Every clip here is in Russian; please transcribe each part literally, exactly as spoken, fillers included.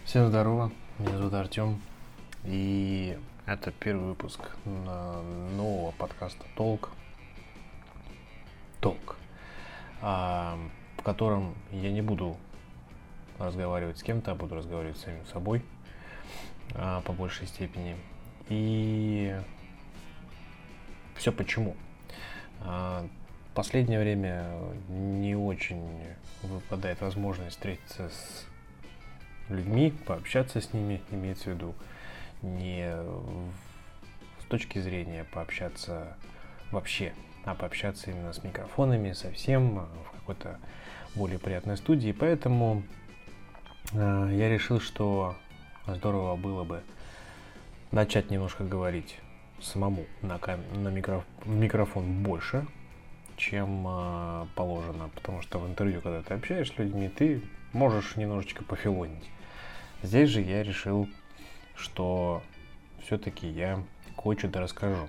Всем здорово, меня зовут Артем, и это первый выпуск нового подкаста «Толк», «Толк», в котором я не буду разговаривать с кем-то, а буду разговаривать с самим собой по большей степени. И все почему? В последнее время не очень выпадает возможность встретиться с людьми, пообщаться с ними, имеется в виду не с точки зрения пообщаться вообще, а пообщаться именно с микрофонами, совсем в какой-то более приятной студии. Поэтому э, я решил, что здорово было бы начать немножко говорить самому на, кам- на микро- микрофон больше, чем э, положено, потому что в интервью, когда ты общаешься с людьми, ты можешь немножечко пофилонить. Здесь же я решил, что все-таки я кое-что-то расскажу.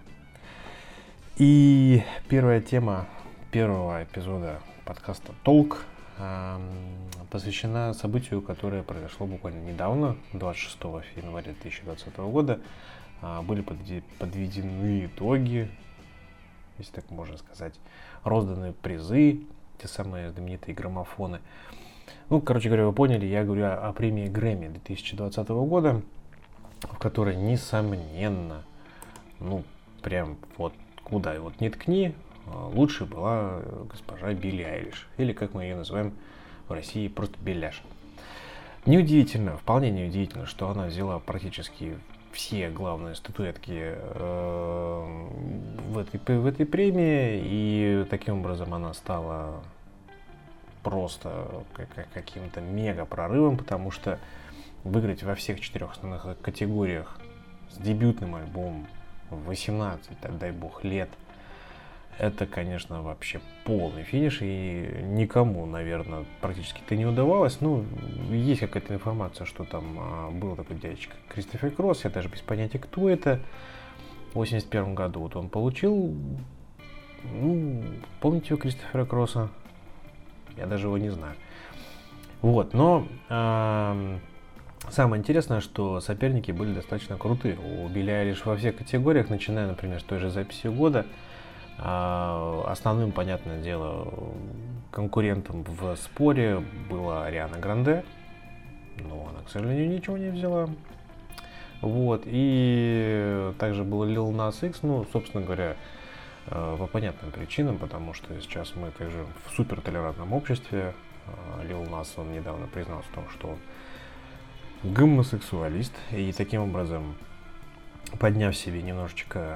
И первая тема первого эпизода подкаста «Толк» э, посвящена событию, которое произошло буквально недавно, двадцать шестого января две тысячи двадцатого года. Э, были подведены итоги, если так можно сказать, розданы призы, те самые знаменитые граммофоны. Ну, короче говоря, вы поняли, я говорю о, о премии Грэмми две тысячи двадцатого года, в которой, несомненно, ну, прям вот куда вот не ткни, лучше была госпожа Билли Айлиш, или, как мы ее называем в России, просто Белляш. Неудивительно, вполне неудивительно, что она взяла практически все главные статуэтки э, в, этой, в этой премии, и таким образом она стала просто каким-то мега прорывом, потому что выиграть во всех четырех основных категориях с дебютным альбомом в восемнадцать, дай бог, лет, это, конечно, вообще полный финиш, и никому, наверное, практически-то не удавалось. Ну, есть какая-то информация, что там а, был такой дядечка Кристофер Кросс, я даже без понятия, кто это. В восемьдесят первом году вот он получил, ну, помните вы Кристофера Кросса? Я даже его не знаю. Вот, но э, самое интересное, что соперники были достаточно крутые. У Билли Айлиш во всех категориях, начиная, например, с той же записи года. Э, основным, понятное дело, конкурентом в споре была Ариана Гранде. Но она, к сожалению, ничего не взяла. Вот, и также был Lil Nas X, ну, собственно говоря, по понятным причинам, потому что сейчас мы также в супертолерантном обществе. Lil Nas, он недавно признался в том, что он гомосексуалист, и таким образом, подняв себе немножечко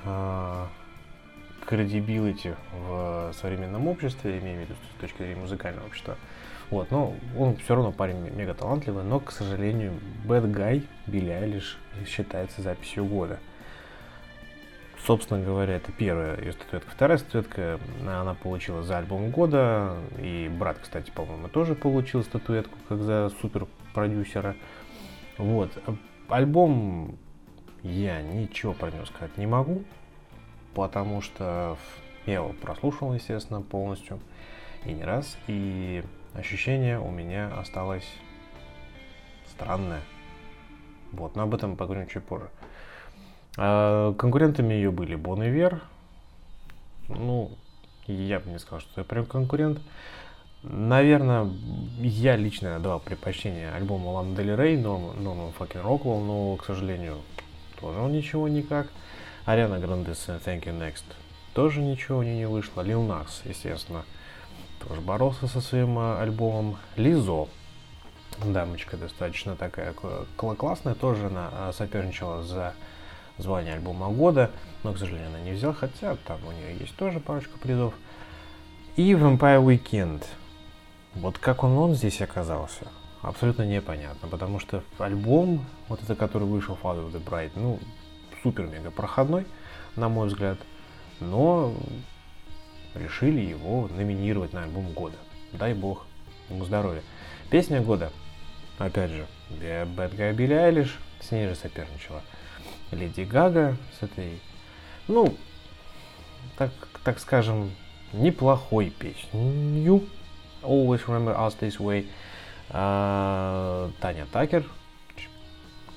кредибилити в современном обществе, имею в виду с точки зрения музыкального общества, вот, но он все равно парень мега талантливый, но, к сожалению, Bad Guy Билли Айлиш считается записью года. Собственно говоря, это первая ее статуэтка. Вторая статуэтка она получила за альбом года. И брат, кстати, по-моему, тоже получил статуэтку, как за супер-продюсера. Вот. Альбом я ничего про него сказать не могу, потому что я его прослушал, естественно, полностью. И не раз. И ощущение у меня осталось странное. Вот. Но об этом поговорим чуть позже. Конкурентами ее были Бон Ивер. Ну, я бы не сказал, что это прям конкурент. Наверное, я лично давал предпочтение альбому Ланы Дель Рей, Norman Fucking Rockwell, но, к сожалению, тоже он ничего никак. Ариана Гранде с Thank You Next тоже ничего у нее не вышло. Lil Nas, естественно, тоже боролся со своим альбомом. Лизо, дамочка достаточно такая классная, тоже она соперничала за звание альбома года, но, к сожалению, она не взяла, хотя там у нее есть тоже парочка призов. И Vampire Weekend. Вот как он, он здесь оказался, абсолютно непонятно, потому что альбом, вот это, который вышел, Father of the Bride, ну, супер-мега проходной, на мой взгляд, но решили его номинировать на альбом года. Дай бог ему здоровья. Песня года, опять же, Bad Guy Билли Айлиш, с ней же соперничала Леди Гага с этой, ну, так, так скажем, неплохой песню Always Remember Us This Way. А, Таня Такер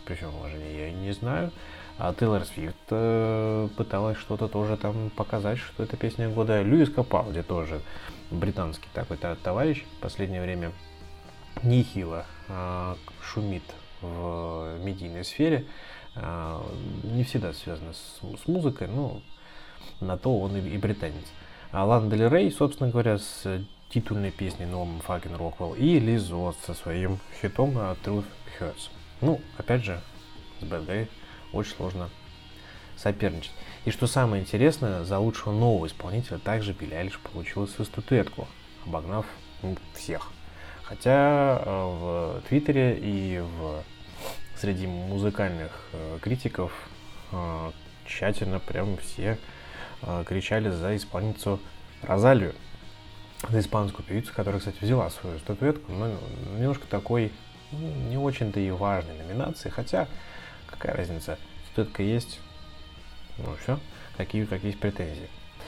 при всем уважении, я не знаю. А Тейлор Свифт э, пыталась что-то тоже там показать, что это песня года. Льюис Капалди тоже британский такой товарищ в последнее время нехило э, шумит в медийной сфере. Э, не всегда связано с, с музыкой, но на то он и, и британец. А Лана Дель Рей, собственно говоря, с титульной песней No Fucking Rockwell, и Лизо со своим хитом Truth Hurts. Ну, опять же, с Bad Day очень сложно соперничать. И что самое интересное, за лучшего нового исполнителя также Билли Айлиш получила свою статуэтку, обогнав ну, всех. Хотя э, в Твиттере и в, среди музыкальных э, критиков э, тщательно прям все э, кричали за исполнительницу Розалию, за испанскую певицу, которая, кстати, взяла свою статуэтку, но немножко такой ну, не очень-то и важной номинации, хотя какая разница, статуэтка есть, ну все, какие, какие есть претензии.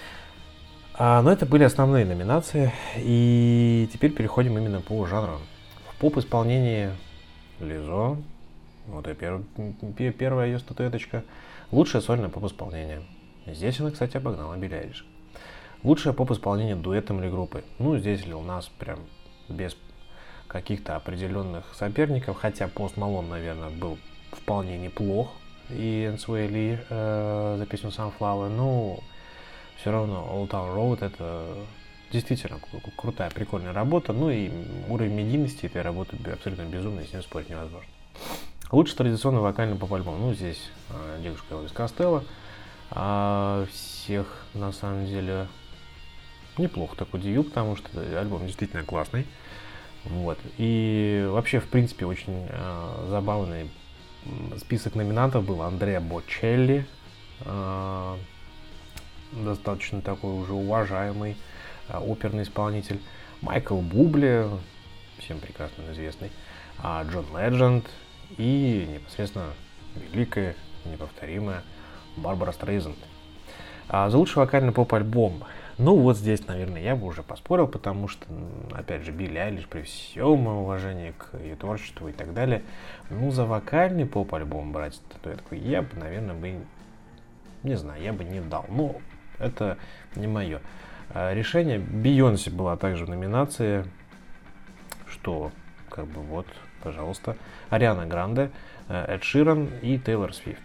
А, но это были основные номинации, и теперь переходим именно по жанру. В поп-исполнении Лизо, вот и перв, первая ее статуэточка, лучшее сольное поп-исполнение. Здесь она, кстати, обогнала Билли Айлиш. Лучшее поп-исполнение дуэтом или группой. Ну, здесь ли у нас прям без каких-то определенных соперников, хотя Пост Малон, наверное, был вполне неплох, и Энсуэй Ли э, за песню Sunflower, но все равно Old Town Road это действительно крутая, прикольная работа, ну и уровень медийности этой работы абсолютно безумный, с ним спорить невозможно. Лучший традиционный вокальный поп-альбом, ну здесь э, девушка Элвис Костелло, а всех на самом деле неплохо так удивил, потому что альбом действительно классный. Вот. И вообще, в принципе, очень э, забавный список номинантов был. Андреа Бочелли, э, достаточно такой уже уважаемый э, оперный исполнитель. Майкл Бубле, всем прекрасно известный. Э, Джон Ледженд и непосредственно великая, неповторимая Барбара Стрейзанд. А за лучший вокальный поп-альбом. Ну вот здесь, наверное, я бы уже поспорил, потому что, опять же, Билли Айлиш, при всем моем уважении к ее творчеству и так далее, ну, за вокальный поп-альбом брать статуэтку я бы, наверное, бы, не знаю, я бы не дал. Но это не мое решение. Бейонсе была также в номинации, что, как бы, вот, пожалуйста, Ариана Гранде, Эд Ширан и Тейлор Свифт.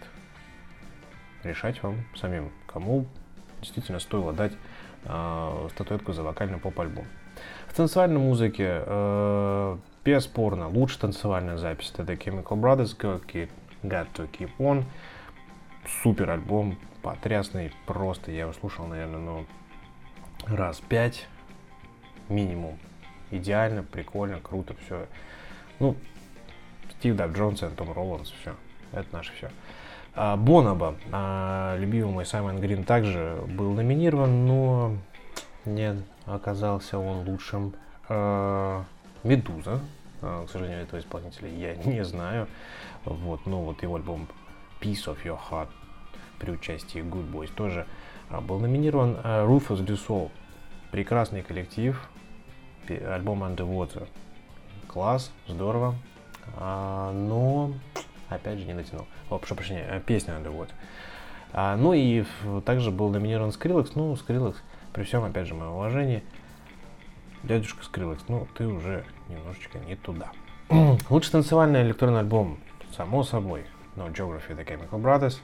Решать вам самим, кому действительно стоило дать э, статуэтку за вокальный поп-альбом. В танцевальной музыке э, бесспорно лучшая танцевальная запись это The Chemical Brothers Got to Keep On. Супер альбом, потрясный, просто я его слушал, наверное, ну, раз пять минимум. Идеально, прикольно, круто, все. Ну, Стив Даб Джонс и Том Роландс, все, это наше все. Бонобо, любимый мой Саймон Грин, также был номинирован, но не оказался он лучшим. Медуза, к сожалению, этого исполнителя я не знаю. Вот, но вот его альбом Piece of Your Heart при участии Good Boys тоже был номинирован. Rufus Du Sol, прекрасный коллектив, альбом Underwater, класс, здорово, но опять же не дотянул. О, прошу прощения, песня Underwater. А, ну и также был номинирован Skrillex. Ну, Skrillex, при всем, опять же, моем уважении, дядюшка Skrillex, ну, ты уже немножечко не туда. Лучший танцевальный электронный альбом, само собой, No Geography, The Chemical Brothers.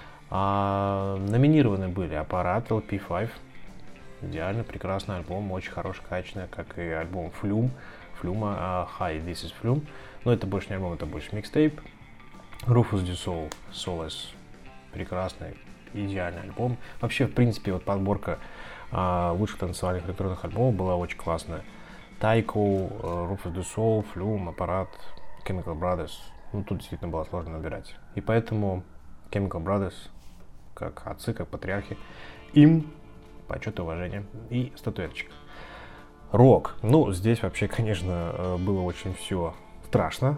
А, номинированы были Аппарат, эл пи пять. Идеально, прекрасный альбом, очень хороший, качественный, как и альбом Flume. Flume, uh, Hi, This is Flume. Но это больше не альбом, это больше микстейп. Rufus Du Sol, Solace, прекрасный, идеальный альбом. Вообще, в принципе, вот подборка а, лучших танцевальных электронных альбомов была очень классная. Тайко, Rufus Du Sol, Flume, Аппарат, Chemical Brothers. Ну, тут действительно было сложно набирать. И поэтому Chemical Brothers, как отцы, как патриархи, им почет и уважение и статуэточка. Рок. Ну, здесь вообще, конечно, было очень все страшно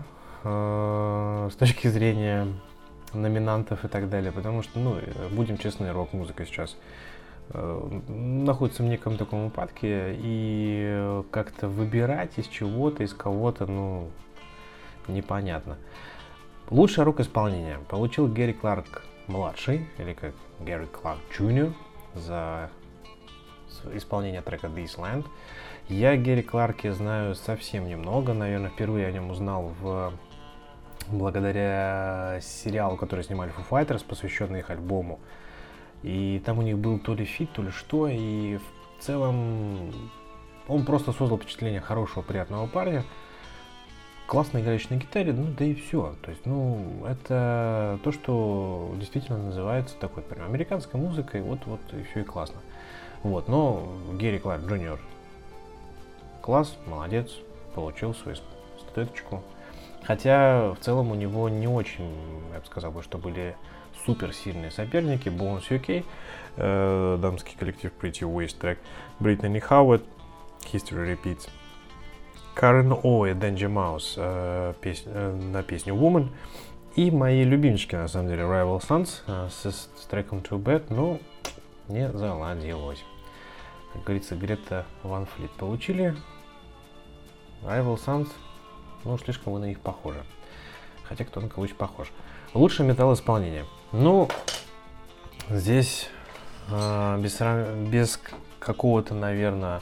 с точки зрения номинантов и так далее, потому что, ну, будем честны, рок-музыка сейчас э, находится в неком таком упадке, и как-то выбирать из чего-то, из кого-то, ну, непонятно. Лучшее рок-исполнение получил Гэри Кларк младший, или как Гэри Кларк джуниор, за исполнение трека This Land. Я о Гэри Кларке знаю совсем немного, наверное, впервые о нем узнал в... благодаря сериалу, который снимали Foo Fighters, посвященный их альбому. И там у них был то ли фит, то ли что, и в целом он просто создал впечатление хорошего, приятного парня. Классно играющий на гитаре, ну да и все. То есть, ну, это то, что действительно называется такой прям американской музыкой, вот-вот и все и классно. Вот, но Гэри Кларк джуниор класс, молодец, получил свою статуэточку. Хотя в целом у него не очень, я бы сказал, что были супер сильные соперники. Bones ю кей, э, дамский коллектив Pretty Waste трек, Brittany Howard, History Repeats, Карен О и Danger Mouse э, пес, э, на песню Woman. И мои любимчики, на самом деле, Rival Sons э, с, с треком Too Bad, но не заладилось. Как говорится, Грета Ван Флит получили. Rival Sons, ну, слишком вы на них похожи. Хотя кто на кого-то похож. Лучшее металл-исполнение. Ну, здесь э, без, без какого-то, наверное,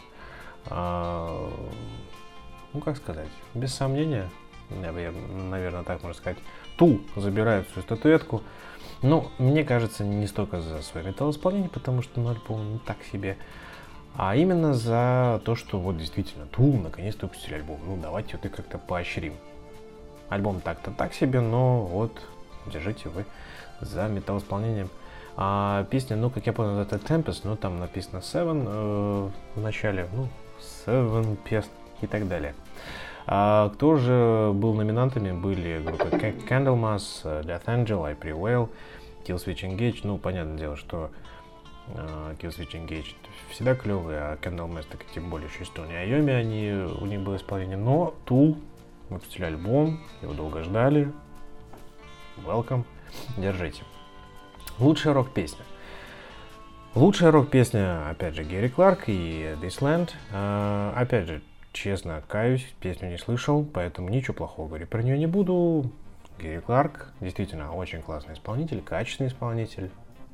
э, ну, как сказать, без сомнения, наверное, так можно сказать, Тул забирает свою статуэтку. Но мне кажется, не столько за свое металлоисполнение, потому что, ну, альбом не так себе, а именно за то, что вот действительно Тул наконец-то выпустили альбом. Ну, давайте вот и как-то поощрим. Альбом так-то так себе, но вот держите вы за металлоисполнением. А песня, ну, как я понял, это Tempest, но там написано Seven э, в начале, ну, Seven Pest и так далее. А кто же был номинантами? Были группы Candlemass, Death Angel, I Prevail, Killswitch Engage. Ну, понятное дело, что uh, Killswitch Engage всегда клевые, а Candlemass, так тем более еще Estonia Айоми, они, у них было исполнение. Но Tool выпустили альбом, его долго ждали. Welcome, держите. Лучшая рок-песня. Лучшая рок-песня, опять же, Гэри Кларк и This Land. Uh, опять же, честно каюсь, песню не слышал, поэтому ничего плохого говорить про нее не буду. Гэри Кларк действительно очень классный исполнитель, качественный исполнитель.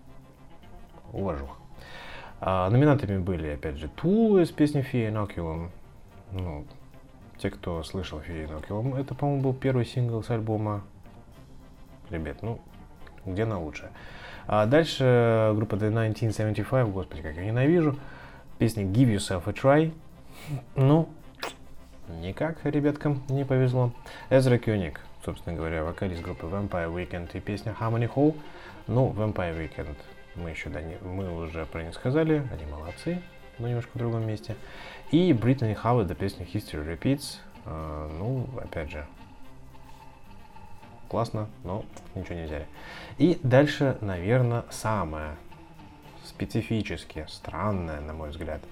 Уважу. А, номинантами были, опять же, Tool из песни Fear Inoculum. Ну, те, кто слышал Fear Inoculum, это, по-моему, был первый сингл с альбома. Ребят, ну, где на лучшее. А дальше группа The тысяча девятьсот семьдесят пять, господи, как я ненавижу. Песня Give Yourself a Try. Ну, никак ребяткам не повезло. Эзра Кёник, собственно говоря, вокалист группы Vampire Weekend и песня Harmony Hall. Ну, Vampire Weekend мы еще да, не, мы уже про них сказали, они молодцы, но немножко в другом месте. И Brittany Howard, да, песня History Repeats. Э, ну, опять же, классно, но ничего не взяли. И дальше, наверное, самое специфически странное, на мой взгляд,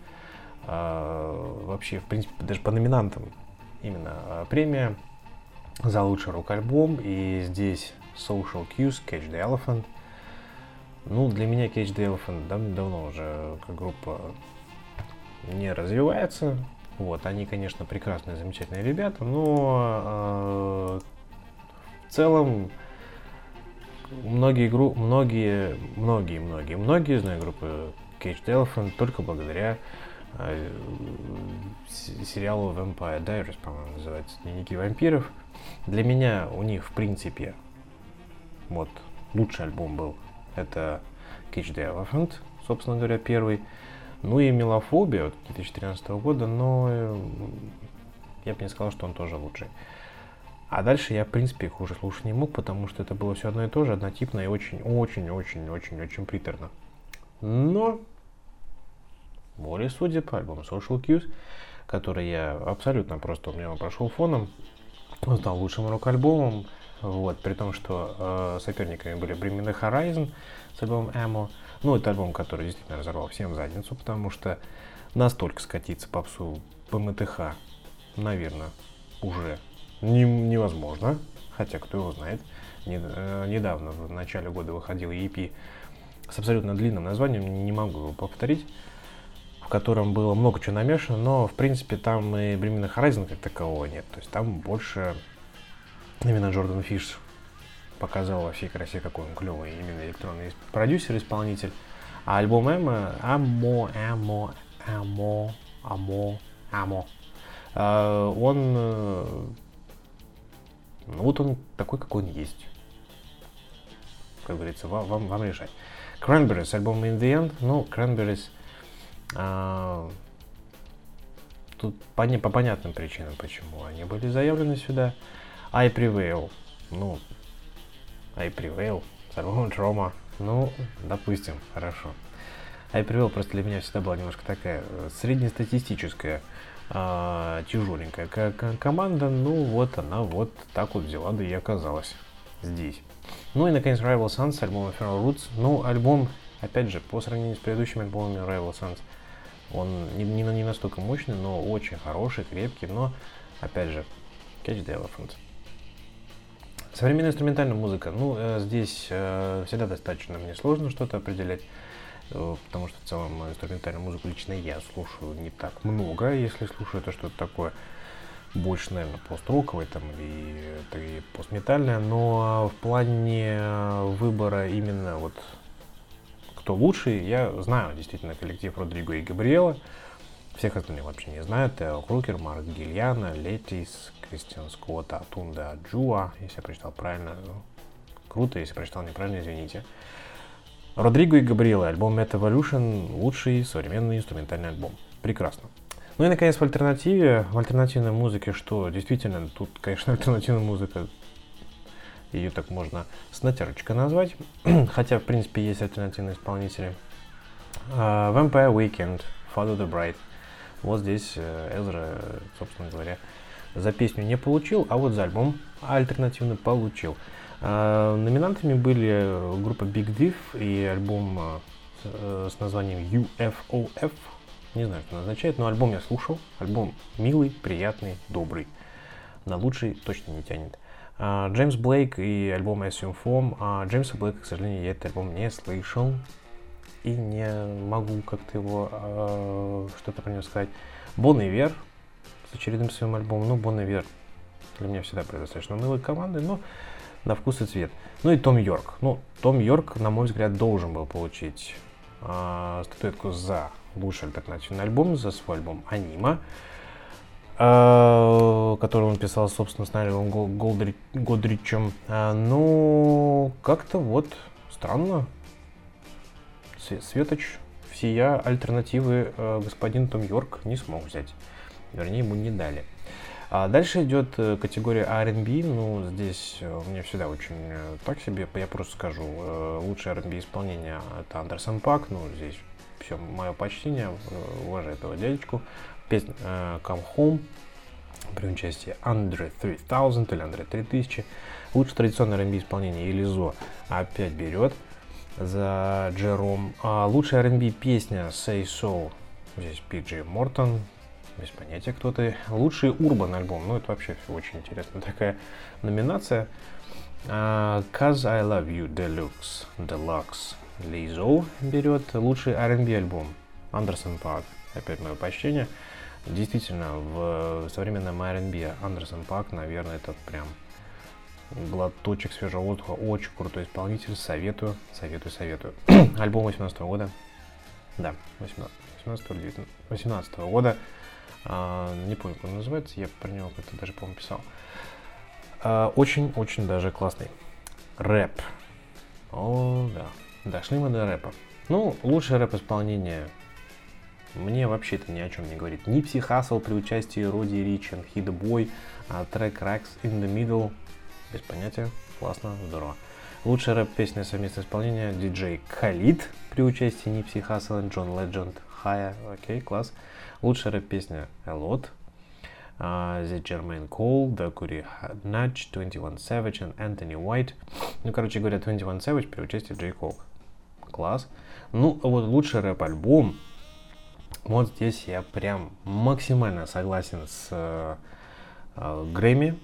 Uh, вообще, в принципе, даже по номинантам именно uh, премия за лучший рок-альбом. И здесь Social Cues, Cage the Elephant. Ну, для меня Cage the Elephant дав- давно уже как группа не развивается. Вот, они, конечно, прекрасные, замечательные ребята, но uh, в целом многие, гру- многие, многие, многие, многие знают группы Cage the Elephant только благодаря сериалу Vampire Diaries, по-моему, называется, Дневники вампиров. Для меня у них, в принципе, вот, лучший альбом был, это Cage the Elephant, собственно говоря, первый. Ну и Мелофобия две тысячи тринадцатого года, но я бы не сказал, что он тоже лучший. А дальше я, в принципе, их уже слушать не мог, потому что это было все одно и то же, однотипно и очень-очень-очень-очень приторно. Но волей судеб, альбом Social Cues, который я абсолютно просто у меня прошел фоном, он стал лучшим рок-альбомом, вот, при том, что э, соперниками были Bring Me The Horizon с альбомом Ammo. Ну, это альбом, который действительно разорвал всем задницу, потому что настолько скатиться попсу по эм тэ ха, наверное, уже не, невозможно, хотя кто его знает. Не, э, недавно, в начале года, выходил и пи с абсолютно длинным названием, не могу его повторить, в котором было много чего намешано, но, в принципе, там и Bring Me The Horizon как такового нет. То есть там больше именно Джордан Фиш показал во всей красе, какой он клевый именно электронный продюсер-исполнитель. А альбом Эмо, Амо, Амо, Амо, Амо, Амо, он, ну вот он такой, какой он есть. Как говорится, вам, вам, вам решать. Cranberries, альбом In The End. Ну, Cranberries, а, тут по, не, по понятным причинам, почему они были заявлены сюда. I Prevail, ну, I Prevail, с альбомом Trauma, ну, допустим, хорошо. I Prevail просто для меня всегда была немножко такая среднестатистическая, а, тяжеленькая к- к- команда. Ну, вот она вот так вот взяла, да и оказалась здесь. Ну и, наконец, Rival Sons с альбомом Ephemeral Roots. Ну, альбом, опять же, по сравнению с предыдущими альбомами Rival Sons, он не, не, не настолько мощный, но очень хороший, крепкий, но, опять же, Catch the Elephant. Современная инструментальная музыка. Ну, э, здесь э, всегда достаточно мне сложно что-то определять, э, потому что в целом инструментальную музыку лично я слушаю не так много. Если слушаю, это что-то такое больше, наверное, пост-роковое там и, и постметальное, но в плане выбора именно вот кто лучший, я знаю действительно коллектив Родриго и Габриэла. Всех остальных вообще не знаю. Тео Крукер, Марк Гильяна, Летис, Кристиан Скотт, Атунда Джуа, если я прочитал правильно. Ну, круто, если прочитал неправильно, извините. Родриго и Габриэла, альбом Meta Evolution, лучший современный инструментальный альбом. Прекрасно. Ну и, наконец, в альтернативе, в альтернативной музыке, что действительно, тут, конечно, альтернативная музыка, ее так можно с натяжечкой назвать, хотя, в принципе, есть альтернативные исполнители. Uh, Vampire Weekend, Follow the Bride. Вот здесь uh, Эзра, собственно говоря, за песню не получил, а вот за альбом альтернативно получил. Uh, номинантами были группа Big Diff и альбом uh, с названием ю эф о эф. Не знаю, что это означает, но альбом я слушал. Альбом милый, приятный, добрый. На лучший точно не тянет. Uh, Джеймс Блейк и альбом Assume Form. Uh, Джеймса Блейка, к сожалению, я этот альбом не слышал. И не могу как-то его uh, что-то про него сказать. Бон Ивер с очередным своим альбомом. Ну, Бон Ивер для меня всегда достаточно милой командой, но на вкус и цвет. Ну и Том Йорк. Ну, Том Йорк, на мой взгляд, должен был получить uh, статуэтку за лучший альтернативный альбом, за свой альбом Анима, э, который он писал, собственно, с Найлом Голдри- Годричем. Э, но как-то вот странно. Светоч всея альтернативы э, господин Том Йорк не смог взять. Вернее, ему не дали. А дальше идет категория ар энд би. Ну, здесь у меня всегда очень э, так себе. Я просто скажу, э, лучшее ар энд би исполнение это Андерсон Пак. Ну, здесь все мое почтение, уважаю этого дядечку. Песня uh, Come Home при участии Андре три тысячи или Андре три тысячи. Лучшее традиционное ар энд би исполнение Элизо опять берет за Джером. А лучшая ар энд би песня Say So, здесь Пи Джей Мортон, без понятия кто ты. Лучший урбан альбом, ну это вообще очень интересная такая номинация. uh, Cause I Love You Deluxe, Deluxe. Лизо берет лучший ар энд би альбом. Андерсон Пак, опять мое почтение. Действительно, в современном ар энд би Андерсон Пак, наверное, это прям глоточек свежего воздуха. Очень крутой исполнитель. Советую, советую, советую. Альбом восемнадцатого года. Да, восемнадцатого или восемнадцатого года. А, не помню, как он называется. Я про него как-то даже, по-моему, писал. Очень-очень а, даже классный. Рэп. О, да. Дошли мы до рэпа. Ну, лучшее рэп-исполнение мне вообще-то ни о чем не говорит. Нипси Хассл при участии Роди Рич, Hit Boy, а трек Racks in the Middle. Без понятия. Классно, здорово. Лучшая рэп-песня совместное исполнение диджей Khalid при участии Нипси Хассл, Джон Ледженд, Хая. Окей, класс. Лучшая рэп-песня A Lot. Uh, The Jermaine Cole, Dakuri Natch, двадцать один Savage и Anthony White. Ну, короче говоря, двадцать один Savage при участии Джей Кол. Класс. Ну, вот лучший рэп-альбом. Вот здесь я прям максимально согласен с э, э, Грэмми.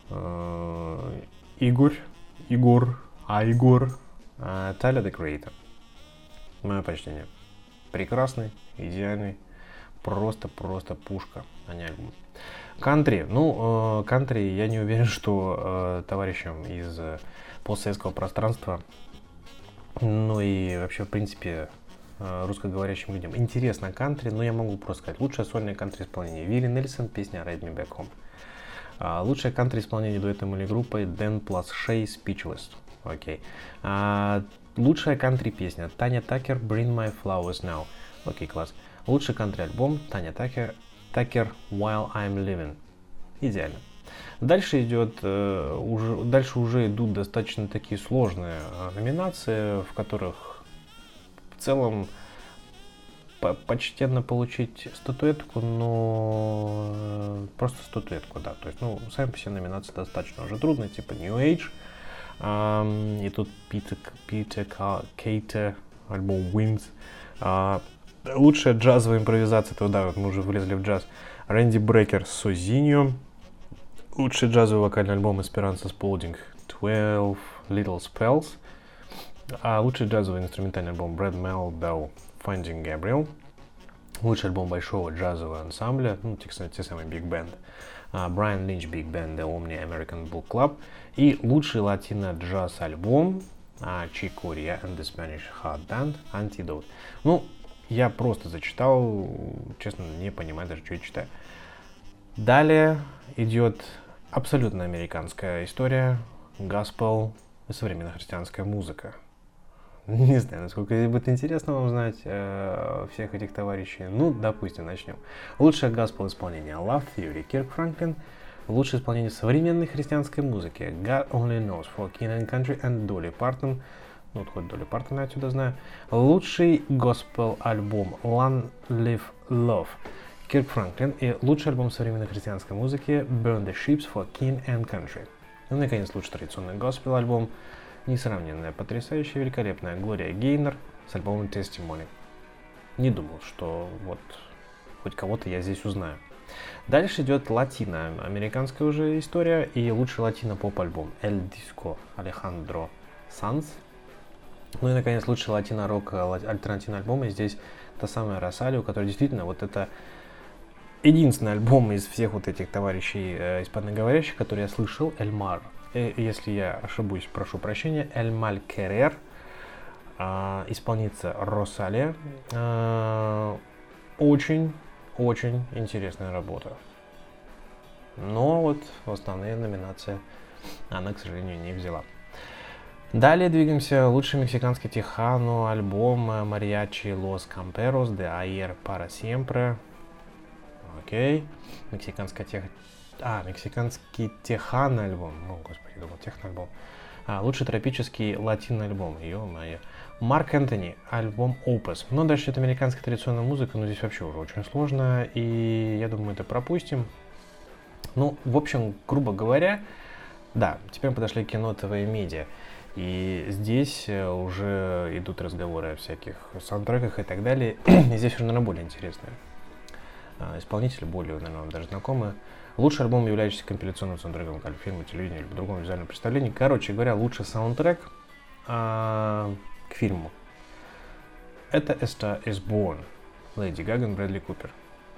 Э, Игорь, Игор, Айгор, э, Tyler the Creator. Мое почтение. Прекрасный, идеальный, просто-просто пушка, а не альбом. Кантри. Ну, кантри, э, я не уверен, что э, товарищам из э, постсоветского пространства, ну и вообще, в принципе, э, русскоговорящим людям интересно кантри, но я могу просто сказать, лучшее сольное кантри исполнение Вилли Нельсон, песня Ride Me Back Home. А, лучшее кантри исполнение дуэтом или группой Дэн плюс Шей Speechless. Окей. А, лучшая кантри песня Таня Такер Bring My Flowers Now. Окей, класс. Лучший кантри альбом Таня Такер Такер While I'm Living. Идеально. Дальше идет, э, уже, дальше уже идут достаточно такие сложные э, номинации, в которых в целом по почтенно получить статуэтку, но э, просто статуэтку, да. То есть, ну, сами по себе номинации достаточно уже трудные, типа New Age. Эм, и тут Питер, Питер Кейтер, альбом Wings. Э, лучшая джазовая импровизация, то да, вот мы уже влезли в джаз. Рэнди Брекер с Созиньо. Лучший джазовый вокальный альбом Эсперанса Сполдинг twelve Little Spells. А лучший джазовый инструментальный альбом Брэд Мелдоу Finding Gabriel. Лучший альбом большого джазового ансамбля, ну, те, кстати, те самые Big Band. Брайан Линч Big Band The Omni American Book Club. И лучший латино-джаз альбом Chick Corea and the Spanish Hard Band Antidote. Ну, я просто зачитал, честно, не понимаю даже, что я читаю. Далее идет абсолютно американская история, госпел и современная христианская музыка. Не знаю, насколько будет интересно вам знать э, всех этих товарищей. Ну, допустим, начнем. Лучшее госпел исполнение Love Theory Кирк Франклин. Лучшее исполнение современной христианской музыки God Only Knows for King and Country and Dolly Parton. Ну, вот хоть Dolly Parton я отсюда знаю. Лучший госпел альбом Long Live Love Кирк Франклин. И лучший альбом современной христианской музыки Burn the Ships for King and Country. Ну, наконец, лучший традиционный госпел альбом, несравненная, потрясающая, великолепная Глория Гейнер с альбомом Testimony. Не думал, что вот хоть кого-то я здесь узнаю. Дальше идет латино-американская уже история и лучший латино-поп-альбом El Disco Alejandro Sanz. Ну и, наконец, лучший латино-рок альтернативный альбом. И здесь та самая Росалио, которая действительно вот это единственный альбом из всех вот этих товарищей э, испаноговорящих, который я слышал, El Mar. Э, если я ошибусь, прошу прощения, El Mal Querer, э, исполнится Росалия. Э, очень, очень интересная работа. Но вот в основные номинации она, к сожалению, не взяла. Далее двигаемся. Лучший мексиканский техано альбом Мариачи Лос Камперос de Ayer para Siempre. Окей. Мексиканская тех... А, мексиканский техано альбом. О, господи, думал, техно альбом. А, лучший тропический латино альбом. Ё-моё. Марк Энтони, альбом Opus. Ну, дальше это американская традиционная музыка, но здесь вообще уже очень сложно. И я думаю, это пропустим. Ну, в общем, грубо говоря, да, теперь мы подошли к кино, ТВ и медиа. И здесь уже идут разговоры о всяких саундтреках и так далее. И здесь уже, наверное, более интересные исполнители, более, наверное, вам даже знакомы. Лучший альбом, являющийся компиляционным саундтреком к фильму, телевидению или по другому визуальному представлению. Короче говоря, лучший саундтрек а, к фильму. Это A Star Is Born. Леди Гага и Брэдли Купер.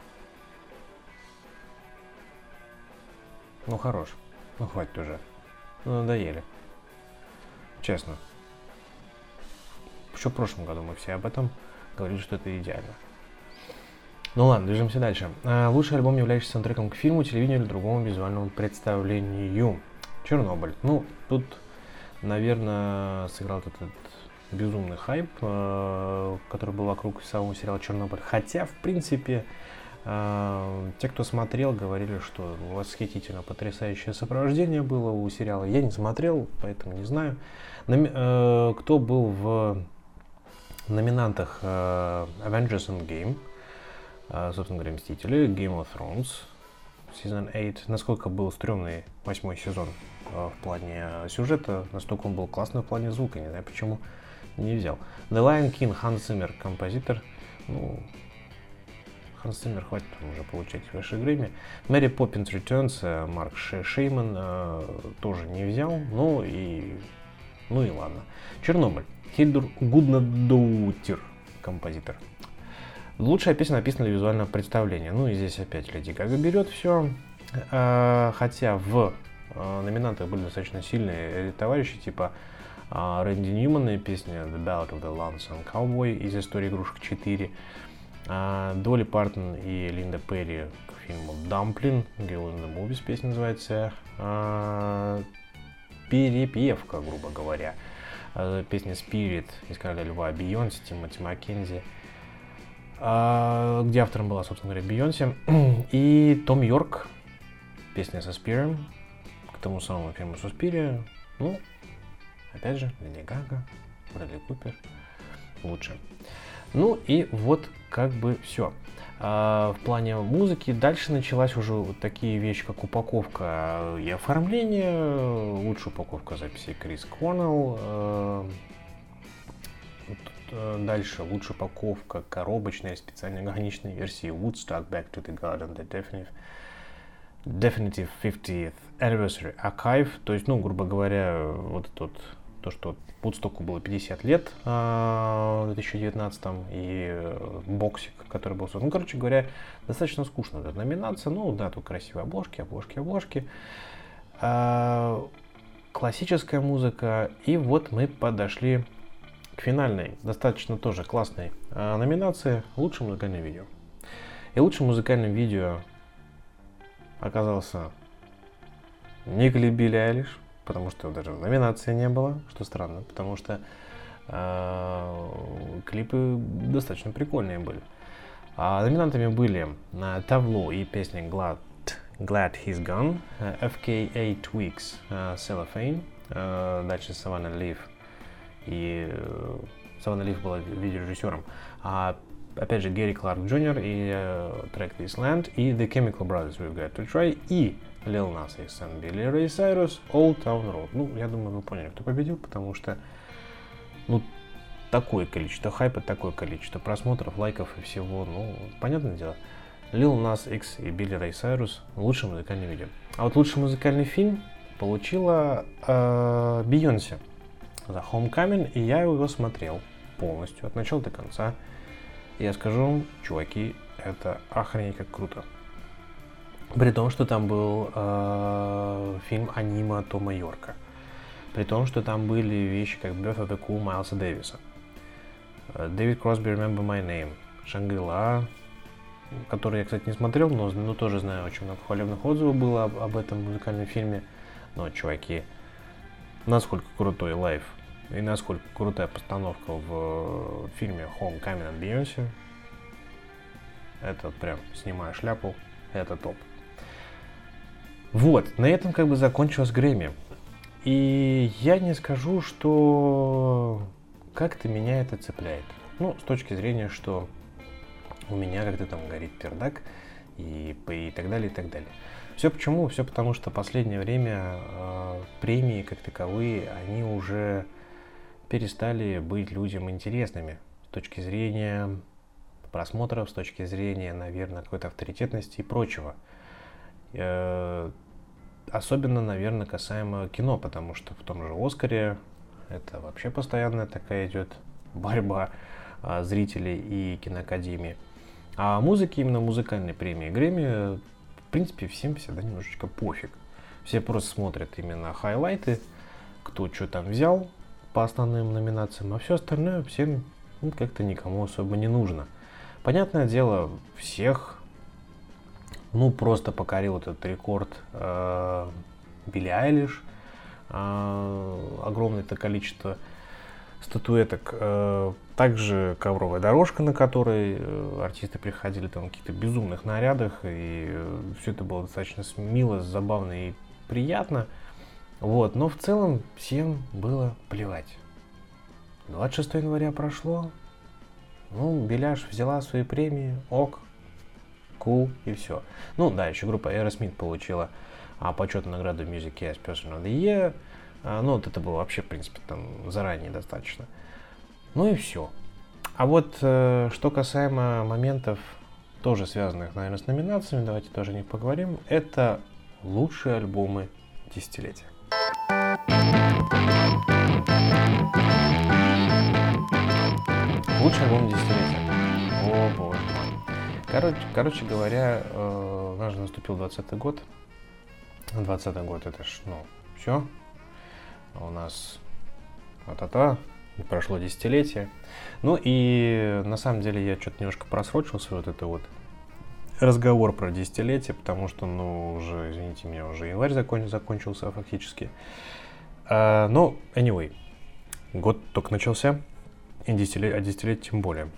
Ну, хорош. Ну, хватит уже. Ну, надоели. Честно. Еще в прошлом году мы все об этом говорили, что это идеально. Ну ладно, движемся дальше. А, лучший альбом, являющийся саундтреком к фильму, телевидению или другому визуальному представлению. Чернобыль. Ну, тут, наверное, сыграл этот, этот безумный хайп, э, который был вокруг самого сериала Чернобыль. Хотя, в принципе, э, те, кто смотрел, говорили, что восхитительно потрясающее сопровождение было у сериала. Я не смотрел, поэтому не знаю. Номи- э, кто был в номинантах э, Avengers Endgame, э, собственно говоря, Мстители, Game of Thrones, Season восемь. Насколько был стрёмный восьмой сезон э, в плане сюжета, настолько он был классный в плане звука. Не знаю, почему не взял. The Lion King, Ханс Циммер, композитор. Ну, Ханс Циммер хватит уже получать высший Грэмми. Мэри Поппинс Returns, Марк Шейман э, тоже не взял. Ну и, ну и ладно. Чернобыль. Хильдур Гуднадоутир, композитор. Лучшая песня написана для визуального представления. Ну и здесь опять Леди Гага берет все. Хотя в номинантах были достаточно сильные товарищи, типа Рэнди Ньюмана и песня The Ballad of the Lonesome Cowboy из «Истории игрушек четыре». Долли Партон и Линда Перри к фильму «Дамплин», Girl in the Movies песня называется. Перепевка, грубо говоря. Песня Spirit из «Короля льва» Бейонсе, Тимоти Маккензи, где автором была, собственно говоря, Бейонсе. И Том Йорк, песня со Спиром, к тому самому фильму «Суспирия». Ну, опять же, Леди Гага, Брэдли Купер, лучше. Ну и вот как бы все. В плане музыки дальше началась уже вот такие вещи, как упаковка и оформление. Лучшая упаковка записи Крис Корнелл. Дальше лучшая упаковка коробочная, специально ограниченной версии Woodstock Back to the Garden, The Definitive, Definitive fiftieth Anniversary Archive. То есть, ну, грубо говоря, вот это вот, то, что Woodstock'у было пятьдесят лет в две тысячи девятнадцатом, и боксик, который был создан. Ну, короче говоря, достаточно скучно эта номинация. Ну, да, тут красивые обложки, обложки, обложки. А, классическая музыка. И вот мы подошли к финальной, достаточно тоже классной а, номинации «Лучшее музыкальное видео». И лучшим музыкальным видео оказался не клип Билли Айлиш, потому что даже номинации не было, что странно, потому что э, клипы достаточно прикольные были. А номинантами были uh, Тавло и песня Glad, Glad He's Gone, uh, эф кей эй Twigs, uh, Cellophane, uh, дальше Savannah Leaf, и uh, Savannah Leaf была видеорежиссером, а опять же Гэри Кларк Джуниор и uh, трек This Land, и The Chemical Brothers We've Got to Try, и Lil Nas X и Billy Ray Cyrus, Old Town Road. Ну, я думаю, вы поняли, кто победил, потому что, ну, такое количество хайпа, такое количество просмотров, лайков и всего, ну, понятное дело. Lil Nas X и Billy Ray Cyrus — лучшее музыкальное видео. А вот лучший музыкальный фильм получила э, Бейонсе за Homecoming, и я его смотрел полностью, от начала до конца. И я скажу вам, чуваки, это охренеть как круто. При том, что там был э, фильм аниме Тома Йорка. При том, что там были вещи, как Birth of the Cool Майлса Дэвиса. Дэвид Кросби Remember My Name. Шангри-Ла, который я, кстати, не смотрел, но, но тоже знаю, очень много хвалебных отзывов было об, об этом музыкальном фильме. Но, чуваки, насколько крутой лайв и насколько крутая постановка в фильме Homecoming от Бейонсе. Это прям, снимаю шляпу, это топ. Вот, на этом как бы закончилась Грэмми. И я не скажу, что как-то меня это цепляет. Ну, с точки зрения, что у меня как-то там горит пердак и, и так далее, и так далее. Все почему? Все потому, что в последнее время э, премии как таковые, они уже перестали быть людям интересными с точки зрения просмотров, с точки зрения, наверное, какой-то авторитетности и прочего. Особенно, наверное, касаемо кино, потому что в том же «Оскаре» это вообще постоянная такая идет борьба а, зрителей и киноакадемии. А музыке, именно музыкальной премии Грэмми, в принципе, всем всегда немножечко пофиг. Все просто смотрят именно хайлайты, кто что там взял по основным номинациям, а все остальное всем ну, как-то никому особо не нужно. Понятное дело, всех ну, просто покорил этот рекорд э, Билли Айлиш. Э, огромное-то количество статуэток. Э, также ковровая дорожка, на которой э, артисты приходили там в каких-то безумных нарядах. И э, все это было достаточно мило, забавно и приятно. Вот. Но в целом всем было плевать. двадцать шестого января прошло. Ну, Беляш взяла свои премии. Ок. Cool, и все. Ну да, еще группа Aerosmith получила а, почетную награду Music As Person of the Year. А, ну вот это было вообще, в принципе, там заранее достаточно. Ну и все. А вот э, что касаемо моментов, тоже связанных, наверное, с номинациями, давайте тоже о них поговорим. Это лучшие альбомы десятилетия. Лучший альбом десятилетия. О, боже мой. Короче, короче говоря, э, у нас же наступил двадцатый год. двадцатый год это ж, ну, все. У нас а-та-та, прошло десятилетие. Ну и на самом деле я что-то немножко просрочил свой вот это вот разговор про десятилетие, потому что, ну, уже, извините меня, уже январь закон, закончился фактически. А, но, anyway, год только начался, и десятилетие, а десятилетие тем более.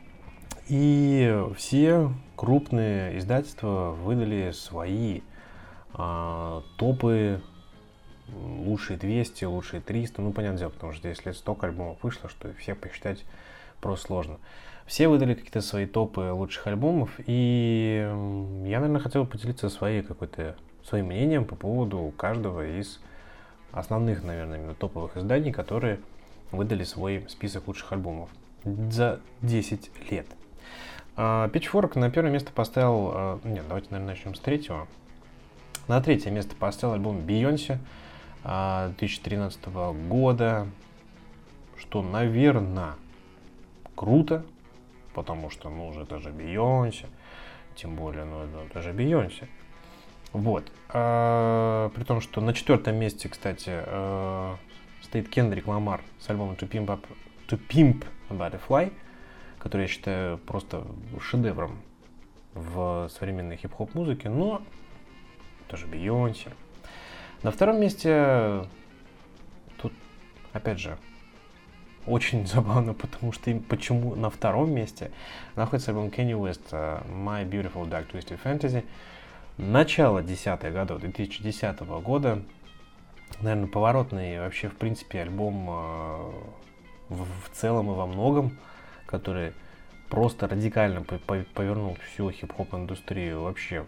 И все крупные издательства выдали свои а, топы, лучшие двести, лучшие триста, ну, понятное дело, потому что если столько альбомов вышло, что всех посчитать просто сложно. Все выдали какие-то свои топы лучших альбомов, и я, наверное, хотел поделиться своей какой-то, своим мнением по поводу каждого из основных, наверное, именно топовых изданий, которые выдали свой список лучших альбомов за десять лет. Pitchfork на первое место поставил, нет, давайте, наверное, начнем с третьего. На третье место поставил альбом Beyoncé две тысячи тринадцатого года, что, наверное, круто, потому что, ну, уже это же Beyoncé, тем более, ну, это же Beyoncé. Вот. А, при том, что на четвертом месте, кстати, а, стоит Кендрик Ламар с альбомом To Pimp, Up, To Pimp a Butterfly, который я считаю просто шедевром в современной хип-хоп музыке, но тоже Beyoncé. На втором месте тут, опять же, очень забавно, потому что почему на втором месте находится альбом Kanye West My Beautiful Dark Twisted Fantasy. Начало десятых годов, две тысячи десятого года. Наверное, поворотный вообще, в принципе, альбом в, в целом и во многом, который просто радикально повернул всю хип-хоп индустрию вообще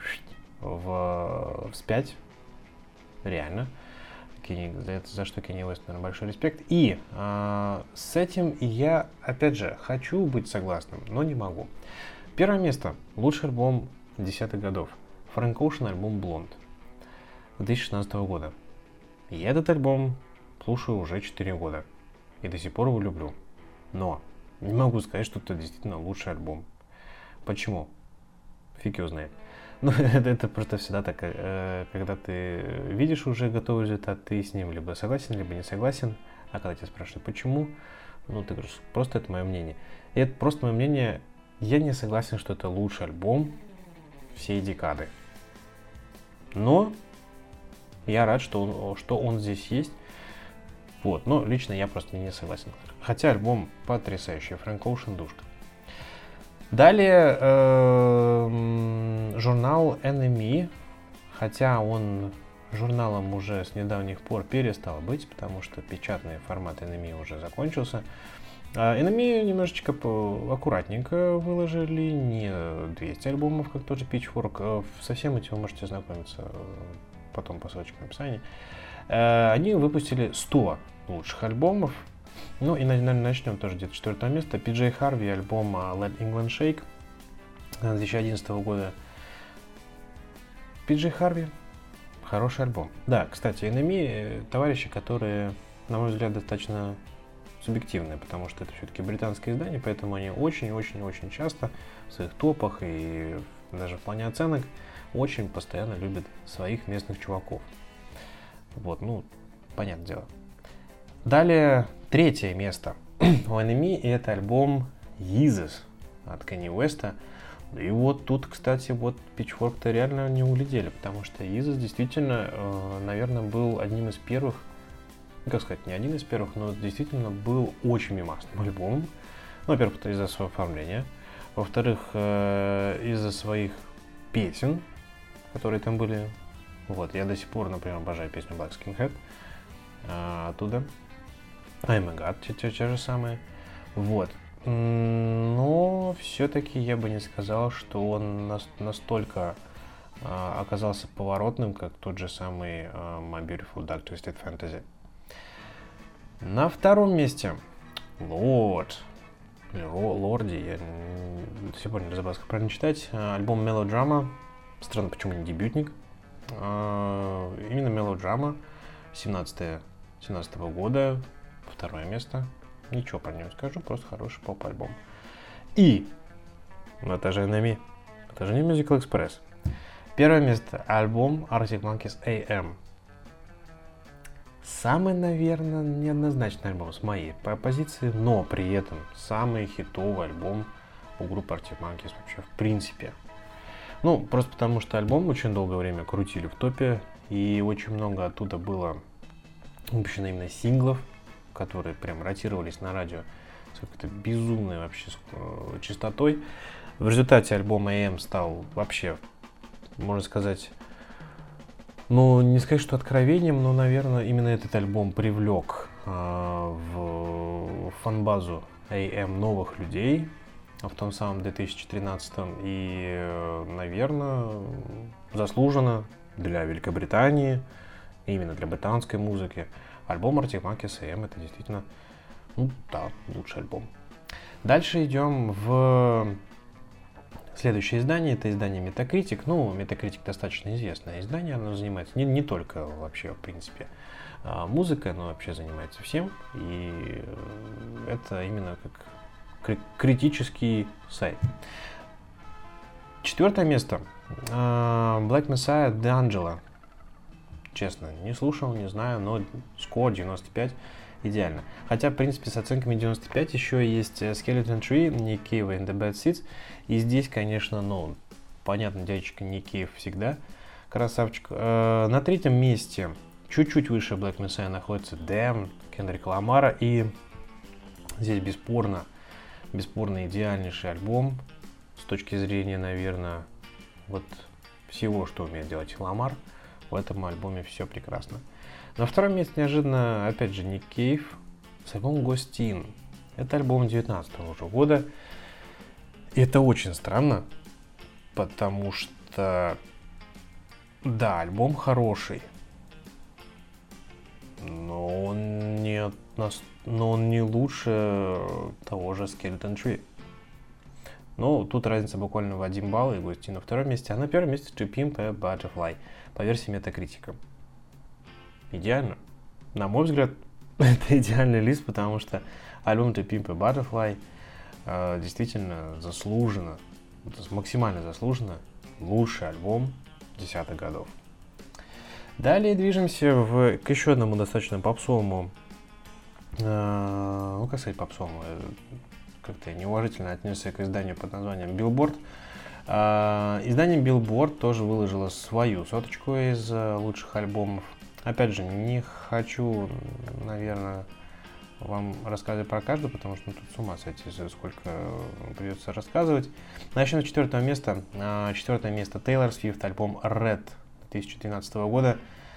в, вспять. Реально. Kenny, за, это, за что Kanye West, наверное, большой респект. И э, с этим я, опять же, хочу быть согласным, но не могу. Первое место. Лучший альбом десятых годов. Frank Ocean, альбом Blonde две тысячи шестнадцатого года. Я этот альбом слушаю уже четыре года. И до сих пор его люблю. Но не могу сказать, что это действительно лучший альбом. Почему? Фиг его знает. Ну, это, это просто всегда так, э, когда ты видишь уже готовый результат, ты с ним либо согласен, либо не согласен. А когда тебя спрашивают, почему, ну, ты говоришь, просто это мое мнение. И это просто мое мнение, я не согласен, что это лучший альбом всей декады. Но я рад, что он, что он здесь есть. Вот, но лично я просто не согласен. Хотя альбом потрясающий, Frank Ocean душка. Далее э, журнал эн эм и, хотя он журналом уже с недавних пор перестал быть, потому что печатный формат эн эм и уже закончился. эн эм и немножечко аккуратненько выложили, не двести альбомов, как тот же Pitchfork. Со всем этим вы можете ознакомиться потом по ссылочке в описании. Они выпустили сто лучших альбомов. Ну и, наверное, начнем тоже где-то с четвертого места. Пи Джей Харви, альбом Let England Shake две тысячи одиннадцатого года. Пи Джей Харви, хороший альбом. Да, кстати, эн эм и товарищи, которые, на мой взгляд, достаточно субъективные, потому что это все-таки британское издание, поэтому они очень-очень-очень часто в своих топах и даже в плане оценок очень постоянно любят своих местных чуваков. Вот, ну, понятное дело. Далее, третье место у эн эм и, и это альбом Yeezus от Kanye West. И вот тут, кстати, вот Pitchfork-то реально не углядели, потому что Yeezus действительно, э, наверное, был одним из первых, ну, как сказать, не один из первых, но действительно был очень мемасным альбомом. Ну, во-первых, из-за своего оформления. Во-вторых, э, из-за своих песен, которые там были. Вот, я до сих пор, например, обожаю песню Black Skinhead э, оттуда. I'm a God, те, те, те же самые. Вот. Но все-таки я бы не сказал, что он нас, настолько э, оказался поворотным, как тот же самый э, My Beautiful Dark Twisted Fantasy. На втором месте Lorde. Лорди, я до сих пор не разобрался, как правильно читать. Альбом Melodrama. Странно, почему не дебютник. А, именно Melodrama. семнадцатого года. Второе место. Ничего про него не скажу, просто хороший поп-альбом. И Но это же Enemy. Это же не Musical Express. Первое место. Альбом Arctic Monkeys эй эм. Самый, наверное, неоднозначный альбом с моей позиции, но при этом самый хитовый альбом у группы Arctic Monkeys вообще в принципе. Ну, просто потому что альбом очень долгое время крутили в топе, и очень много оттуда было выпущено именно синглов, которые прям ротировались на радио с какой-то безумной вообще частотой. В результате альбом эй эм стал вообще, можно сказать, ну, не сказать, что откровением, но, наверное, именно этот альбом привлек э, в фан-базу эй эм новых людей в том самом две тысячи тринадцатом. И, э, наверное, заслуженно для Великобритании, именно для британской музыки, альбом Arctic Monkeys эй эм это действительно, ну да, лучший альбом. Дальше идем в следующее издание, это издание Metacritic. Ну, Metacritic достаточно известное издание, оно занимается не, не только вообще, в принципе, музыкой, оно вообще занимается всем. И это именно как критический сайт. Четвертое место. Black Messiah D'Angelo. Честно, не слушал, не знаю, но скор девяносто пять идеально. Хотя, в принципе, с оценками девяносто пять еще есть Skeleton Tree, Nick Cave and the Bad Seeds. И здесь, конечно, ну, понятно, дядечка Nick Cave всегда красавчик. Э, на третьем месте, чуть-чуть выше Black Messiah, находится Damn, Кендрика Ламара. И здесь бесспорно, бесспорно идеальнейший альбом с точки зрения, наверное, вот всего, что умеет делать Ламар. В этом альбоме все прекрасно. На втором месте неожиданно, опять же, Nick Cave с альбомом Ghost In. Это альбом девятнадцатого уже года. И это очень странно, потому что, да, альбом хороший, но он не, но он не лучше того же Skeleton Tree. Ну, тут разница буквально в один балл, и Ghost In на втором месте, а на первом месте To Pimp a Butterfly по версии Metacritic. Идеально. На мой взгляд, это идеальный лист, потому что альбом To Pimp a Butterfly э, действительно заслуженно, максимально заслуженно лучший альбом десятых годов. Далее движемся в, к еще одному достаточно попсовому, э, ну как сказать попсовому, как-то неуважительно отнесся к изданию под названием Billboard. Э, издание Billboard тоже выложило свою соточку из э, лучших альбомов. Опять же, не хочу, наверное, вам рассказывать про каждый, потому что ну, тут с ума сойти, сколько придется рассказывать. Начнем с четвертого места. Четвертое место Taylor Swift, альбом Red две тысячи двенадцатого года.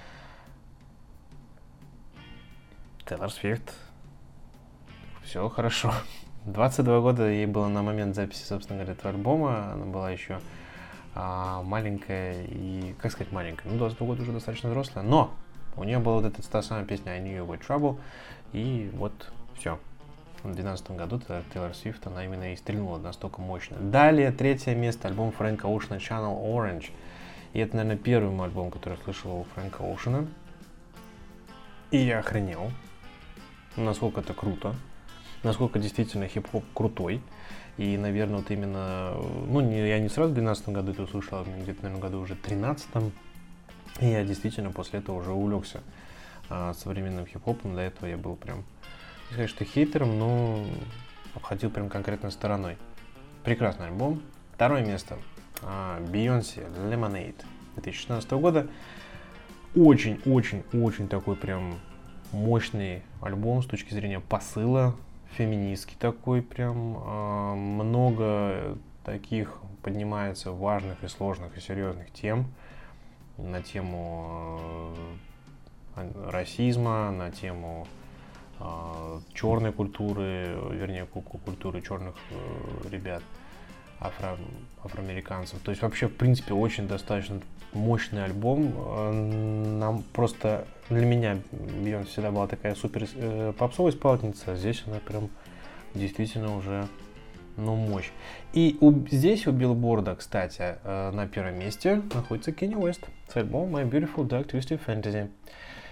Taylor Swift. Все хорошо. двадцать два года ей было на момент записи, собственно говоря, этого альбома. Она была еще а, маленькая и, как сказать, маленькая. Ну, двадцать два года уже достаточно взрослая, но у нее была вот эта та самая песня I Knew You Were Trouble, и вот все. В две тысячи двенадцатом году Taylor Swift, она именно и стрельнула настолько мощно. Далее, третье место, альбом Фрэнка Оушена Channel Orange. И это, наверное, первый мой альбом, который я слышал у Фрэнка Оушена. И я охренел, насколько это круто, насколько действительно хип-хоп крутой. И, наверное, вот именно, ну, не, я не сразу в две тысячи двенадцатом году это услышал, а где-то, наверное, году уже тринадцатом. И я действительно после этого уже увлекся а, современным хип-хопом. До этого я был прям, не сказать, что хейтером, но обходил прям конкретно стороной. Прекрасный альбом. Второе место. А, Beyoncé Lemonade две тысячи шестнадцатого года. Очень-очень-очень такой прям мощный альбом с точки зрения посыла. Феминистский такой прям. А, много таких поднимается важных и сложных и серьезных тем. На тему э, расизма, на тему э, черной культуры, вернее, культуры черных э, ребят, афро, афроамериканцев. То есть вообще, в принципе, очень достаточно мощный альбом. Э, нам просто, для меня Бейонсе всегда была такая супер э, попсовая исполнительница, а здесь она прям действительно уже, ну, мощь. И у, здесь у Билборда, кстати, э, на первом месте находится Kanye West с альбомом My Beautiful Dark Twisted Fantasy.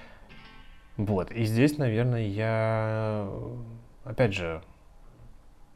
Вот, и здесь, наверное, я, опять же,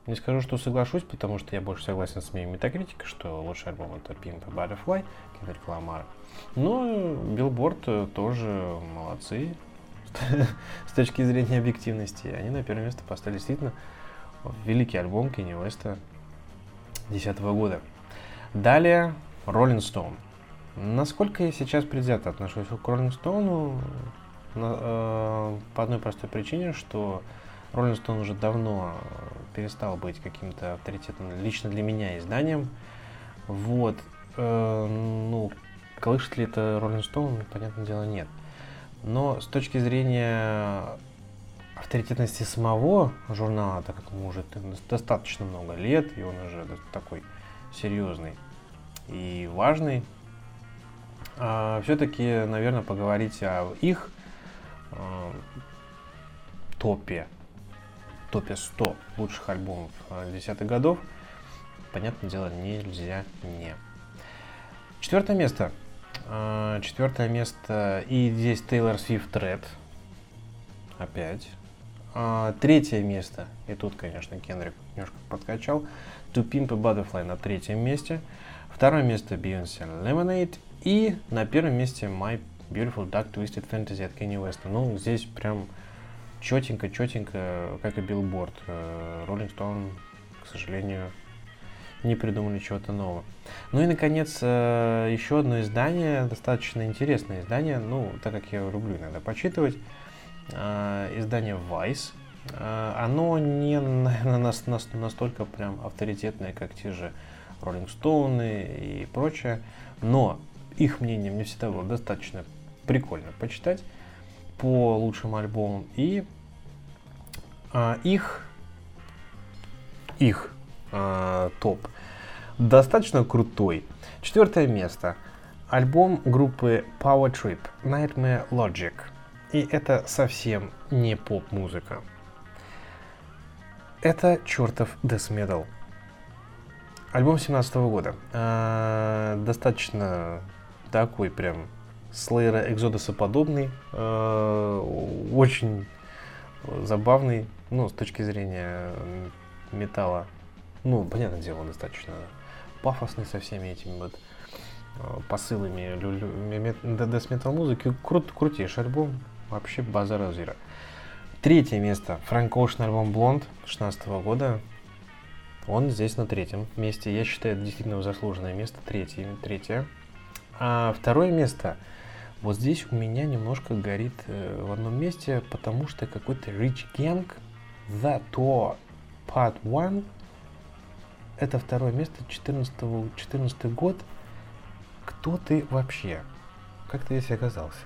Не скажу, что соглашусь, потому что я больше согласен с моей метакритикой, что лучший альбом это Pimp a Butterfly Кендрика Ламара. Но Billboard тоже молодцы с точки зрения объективности. Они на первое место поставили действительно великий альбом Кенни Уэста две тысячи десятого года. Далее Rolling Stone. Насколько я сейчас предвзято отношусь к Rolling Stone, на, э, по одной простой причине, что Rolling Stone уже давно перестал быть каким-то авторитетным лично для меня изданием. Вот. Э, ну, колышет ли это Rolling Stone, понятное дело, нет. Но с точки зрения авторитетности самого журнала, так как ему уже достаточно много лет, и он уже такой серьезный и важный, а, все-таки, наверное, поговорить о их а, топе, топе сто лучших альбомов десятых годов, понятное дело, нельзя не. Четвертое место. А, четвертое место, и здесь Тейлор Свифт Red, опять. А, третье место, и тут, конечно, Кендрик немножко подкачал, To Pimp a Butterfly на третьем месте. Второе место Beyoncé Lemonade. И на первом месте My Beautiful Dark Twisted Fantasy от Kanye West. Ну, здесь прям четенько-четенько, как и Billboard. Rolling Stone, к сожалению, не придумали чего-то нового. Ну и, наконец, еще одно издание, достаточно интересное издание, ну, так как я люблю иногда почитывать, издание Vice. Оно не, наверное, нас, нас, настолько прям авторитетное, как те же Rolling Stone и прочее, но их мнение мне всегда было достаточно прикольно почитать по лучшим альбомам, и а, их их а, топ достаточно крутой. Четвертое место. Альбом группы Power Trip Nightmare Logic. И это совсем не поп-музыка. Это чертов Death Metal. Альбом семнадцатого года. А, достаточно такой прям Slayer Exodus подобный. А, очень забавный, ну, с точки зрения металла. Ну, понятное дело, он достаточно пафосный со всеми этими вот посылами Death Metal музыки. Крут, крутейший альбом. Вообще базара зира. Третье место. Фрэнк Оушен альбом Blonde шестнадцатого года. Он здесь на третьем месте. Я считаю, это действительно заслуженное место. Третье. третье. А второе место. Вот здесь у меня немножко горит э, в одном месте, потому что какой-то Rich Gang The Tour Part один. Это второе место, четырнадцатый, четырнадцатый год. Кто ты вообще? Как ты здесь оказался?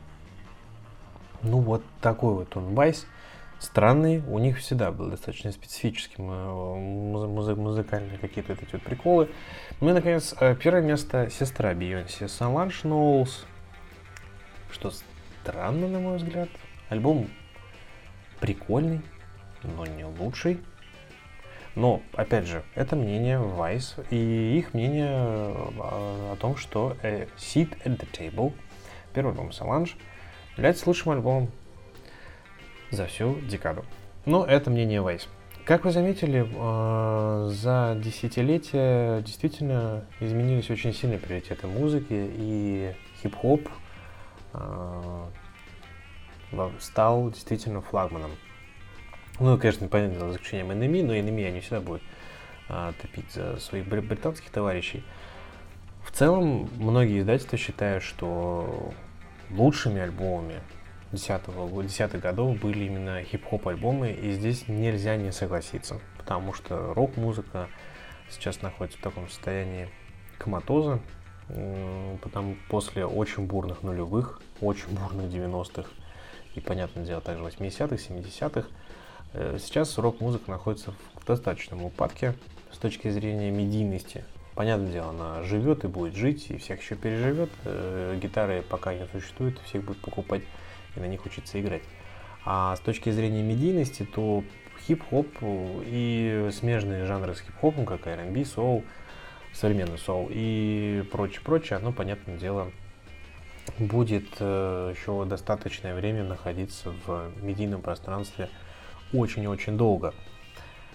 Ну вот такой вот он Vice. Странный, у них всегда был достаточно специфическим музы- музыкальные какие-то эти вот приколы. Ну и, наконец, первое место сестра Бейонсе, Соланж Ноулс. Что странно, на мой взгляд. Альбом прикольный, но не лучший. Но, опять же, это мнение Vice и их мнение о, о том, что A Seat at the Table, первый альбом Соланж, является лучшим альбомом за всю декаду. Но это мнение Vice. Как вы заметили, э, за десятилетия действительно изменились очень сильные приоритеты музыки, и хип-хоп э, стал действительно флагманом. Ну, конечно, понятно, за исключением эн эм и, но эн эм и они всегда будут э, топить за своих британских товарищей. В целом, многие издательства считают, что лучшими альбомами десятых годов были именно хип-хоп альбомы, и здесь нельзя не согласиться, потому что рок-музыка сейчас находится в таком состоянии коматоза, потому после очень бурных нулевых, очень бурных девяностых и, понятное дело, также восьмидесятых, семидесятых, сейчас рок-музыка находится в достаточном упадке с точки зрения медийности. Понятное дело, она живет и будет жить, и всех еще переживет. Гитары пока не существует, всех будут покупать и на них учиться играть. А с точки зрения медийности, то хип-хоп и смежные жанры с хип-хопом, как ар энд би, соул, современный соул и прочее-прочее, оно, понятное дело, будет э, еще достаточное время находиться в медийном пространстве очень-очень долго.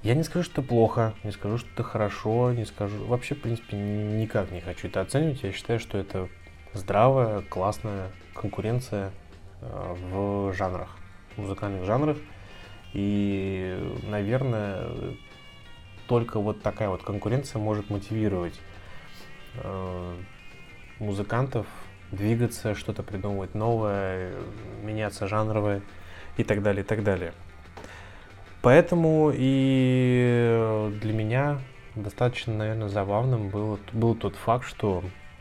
Я не скажу, что это плохо, не скажу, что это хорошо, не скажу... Вообще, в принципе, никак не хочу это оценивать. Я считаю, что это здравая, классная конкуренция в жанрах, в музыкальных жанрах. И, наверное, только вот такая вот конкуренция может мотивировать э, музыкантов двигаться, что-то придумывать новое, меняться жанровое и так далее, и так далее. Поэтому и для меня достаточно, наверное, забавным был, был тот факт, что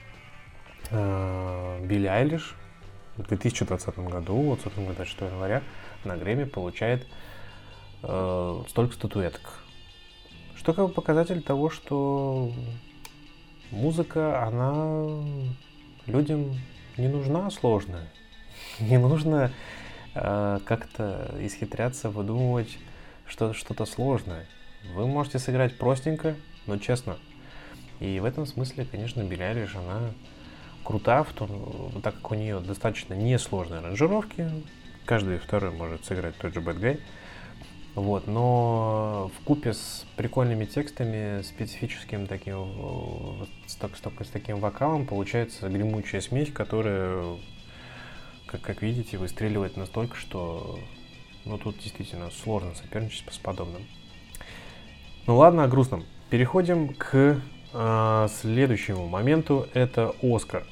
э, Билли Айлиш в две тысячи двадцатом году, вот, собственно, двадцать шестого января, на Грэмми получает э, столько статуэток. Что как бы показатель того, что музыка, она людям не нужна сложная. Не нужно э, как-то исхитряться, выдумывать что- что-то сложное. Вы можете сыграть простенько, но честно. И в этом смысле, конечно, Билли Айлиш, она крута, в том, так как у нее достаточно несложные аранжировки. Каждый второй может сыграть тот же Bad Guy. Вот, но вкупе с прикольными текстами, специфическим таким, с, так, с таким вокалом, получается гремучая смесь, которая, как, как видите, выстреливает настолько, что ну, тут действительно сложно соперничать с подобным. Ну ладно, о грустном. Переходим к э, следующему моменту. Это Оскар.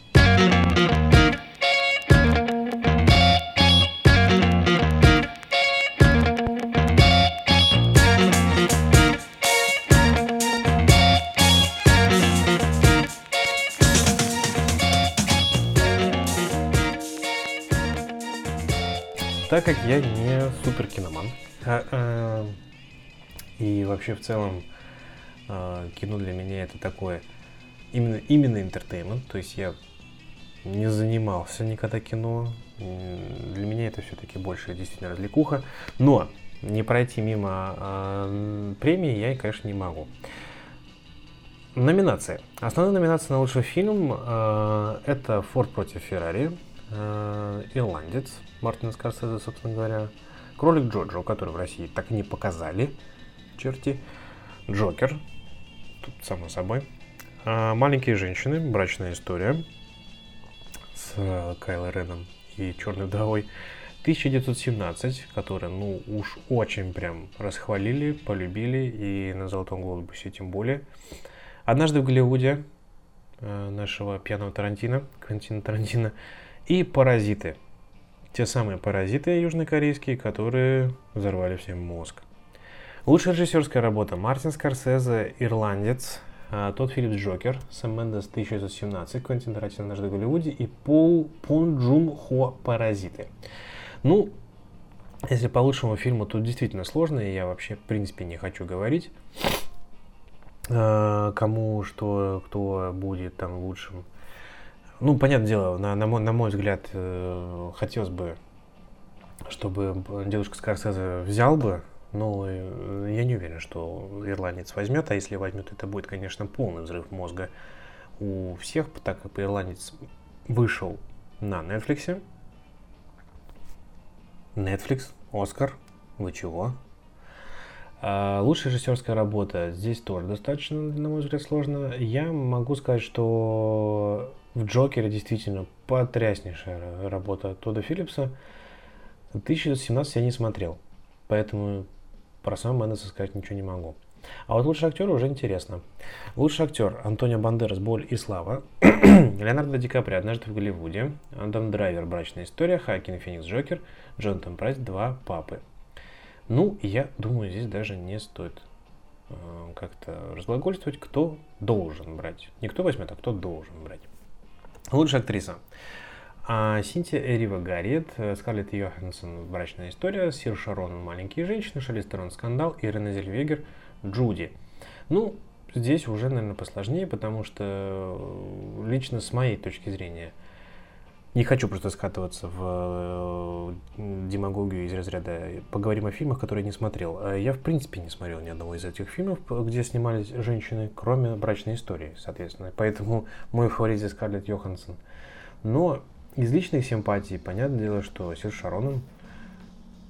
Так как я не супер киноман, а, а, и вообще в целом а, кино для меня это такое именно, именно интертеймент, то есть я не занимался никогда кино, для меня это все-таки больше действительно развлекуха, но не пройти мимо а, премии я, конечно, не могу. Номинации. Основная номинация на лучший фильм а, это «Форд против Феррари», «Ирландец» Мартина Скорсезе, собственно говоря, «Кролик Джоджо», который в России так и не показали, черти, «Джокер», тут само собой, «Маленькие женщины», «Брачная история» с Кайло Реном и Черной вдовой, тысяча девятьсот семнадцать, который, ну, уж очень прям расхвалили, полюбили, и на «Золотом глобусе» тем более, «Однажды в Голливуде» нашего пьяного Тарантино, Квентина Тарантино, и «Паразиты». Те самые «Паразиты» южнокорейские, которые взорвали всем мозг. Лучшая режиссерская работа: Мартин Скорсезе, «Ирландец», Тодд Филлипс, «Джокер», Сэм Мендес, тысяча девятьсот семнадцать, Квентин Тарантино, «Однажды в Голливуде» и Пол Пон Джун Хо, «Паразиты». Ну, если по лучшему фильму, тут действительно сложно, и я вообще в принципе не хочу говорить, кому что, кто будет там лучшим. Ну, понятное дело, на, на, мой, на мой взгляд, э, хотелось бы, чтобы дедушка Скорсезе взял бы, но э, я не уверен, что «Ирландец» возьмет, а если возьмет, это будет, конечно, полный взрыв мозга у всех, так как «Ирландец» вышел на Netflix. Netflix, Оскар, вы чего? А лучшая режиссерская работа здесь тоже достаточно, на мой взгляд, сложно. Я могу сказать, что в «Джокере» действительно потряснейшая работа Тодда Филлипса. тысяча девятьсот семнадцать я не смотрел, поэтому про Сэма Мендеса сказать ничего не могу. А вот лучший актер уже интересно. Лучший актер: Антонио Бандерас, «Боль и слава», Леонардо Ди Каприо, «Однажды в Голливуде», Адам Драйвер, «Брачная история», Хоакин Феникс, «Джокер», Джонатан Прайс, «Два папы». Ну, я думаю, здесь даже не стоит э, как-то разглагольствовать, кто должен брать. Не кто возьмет, а кто должен брать. Лучшая актриса: а, Синтия Эрива Гарриет, Скарлетт Йоханссон, «Брачная история», Сир Шарон, «Маленькие женщины», Шарлиз Терон, «Скандал» и Рене Зельвегер, «Джуди». Ну, здесь уже, наверное, посложнее, потому что лично с моей точки зрения, не хочу просто скатываться в демагогию из разряда «поговорим о фильмах, которые я не смотрел». Я, в принципе, не смотрел ни одного из этих фильмов, где снимались женщины, кроме «Брачной истории», соответственно. Поэтому мой фаворит здесь Скарлетт Йоханссон. Но из личных симпатий, понятное дело, что Сир Шароном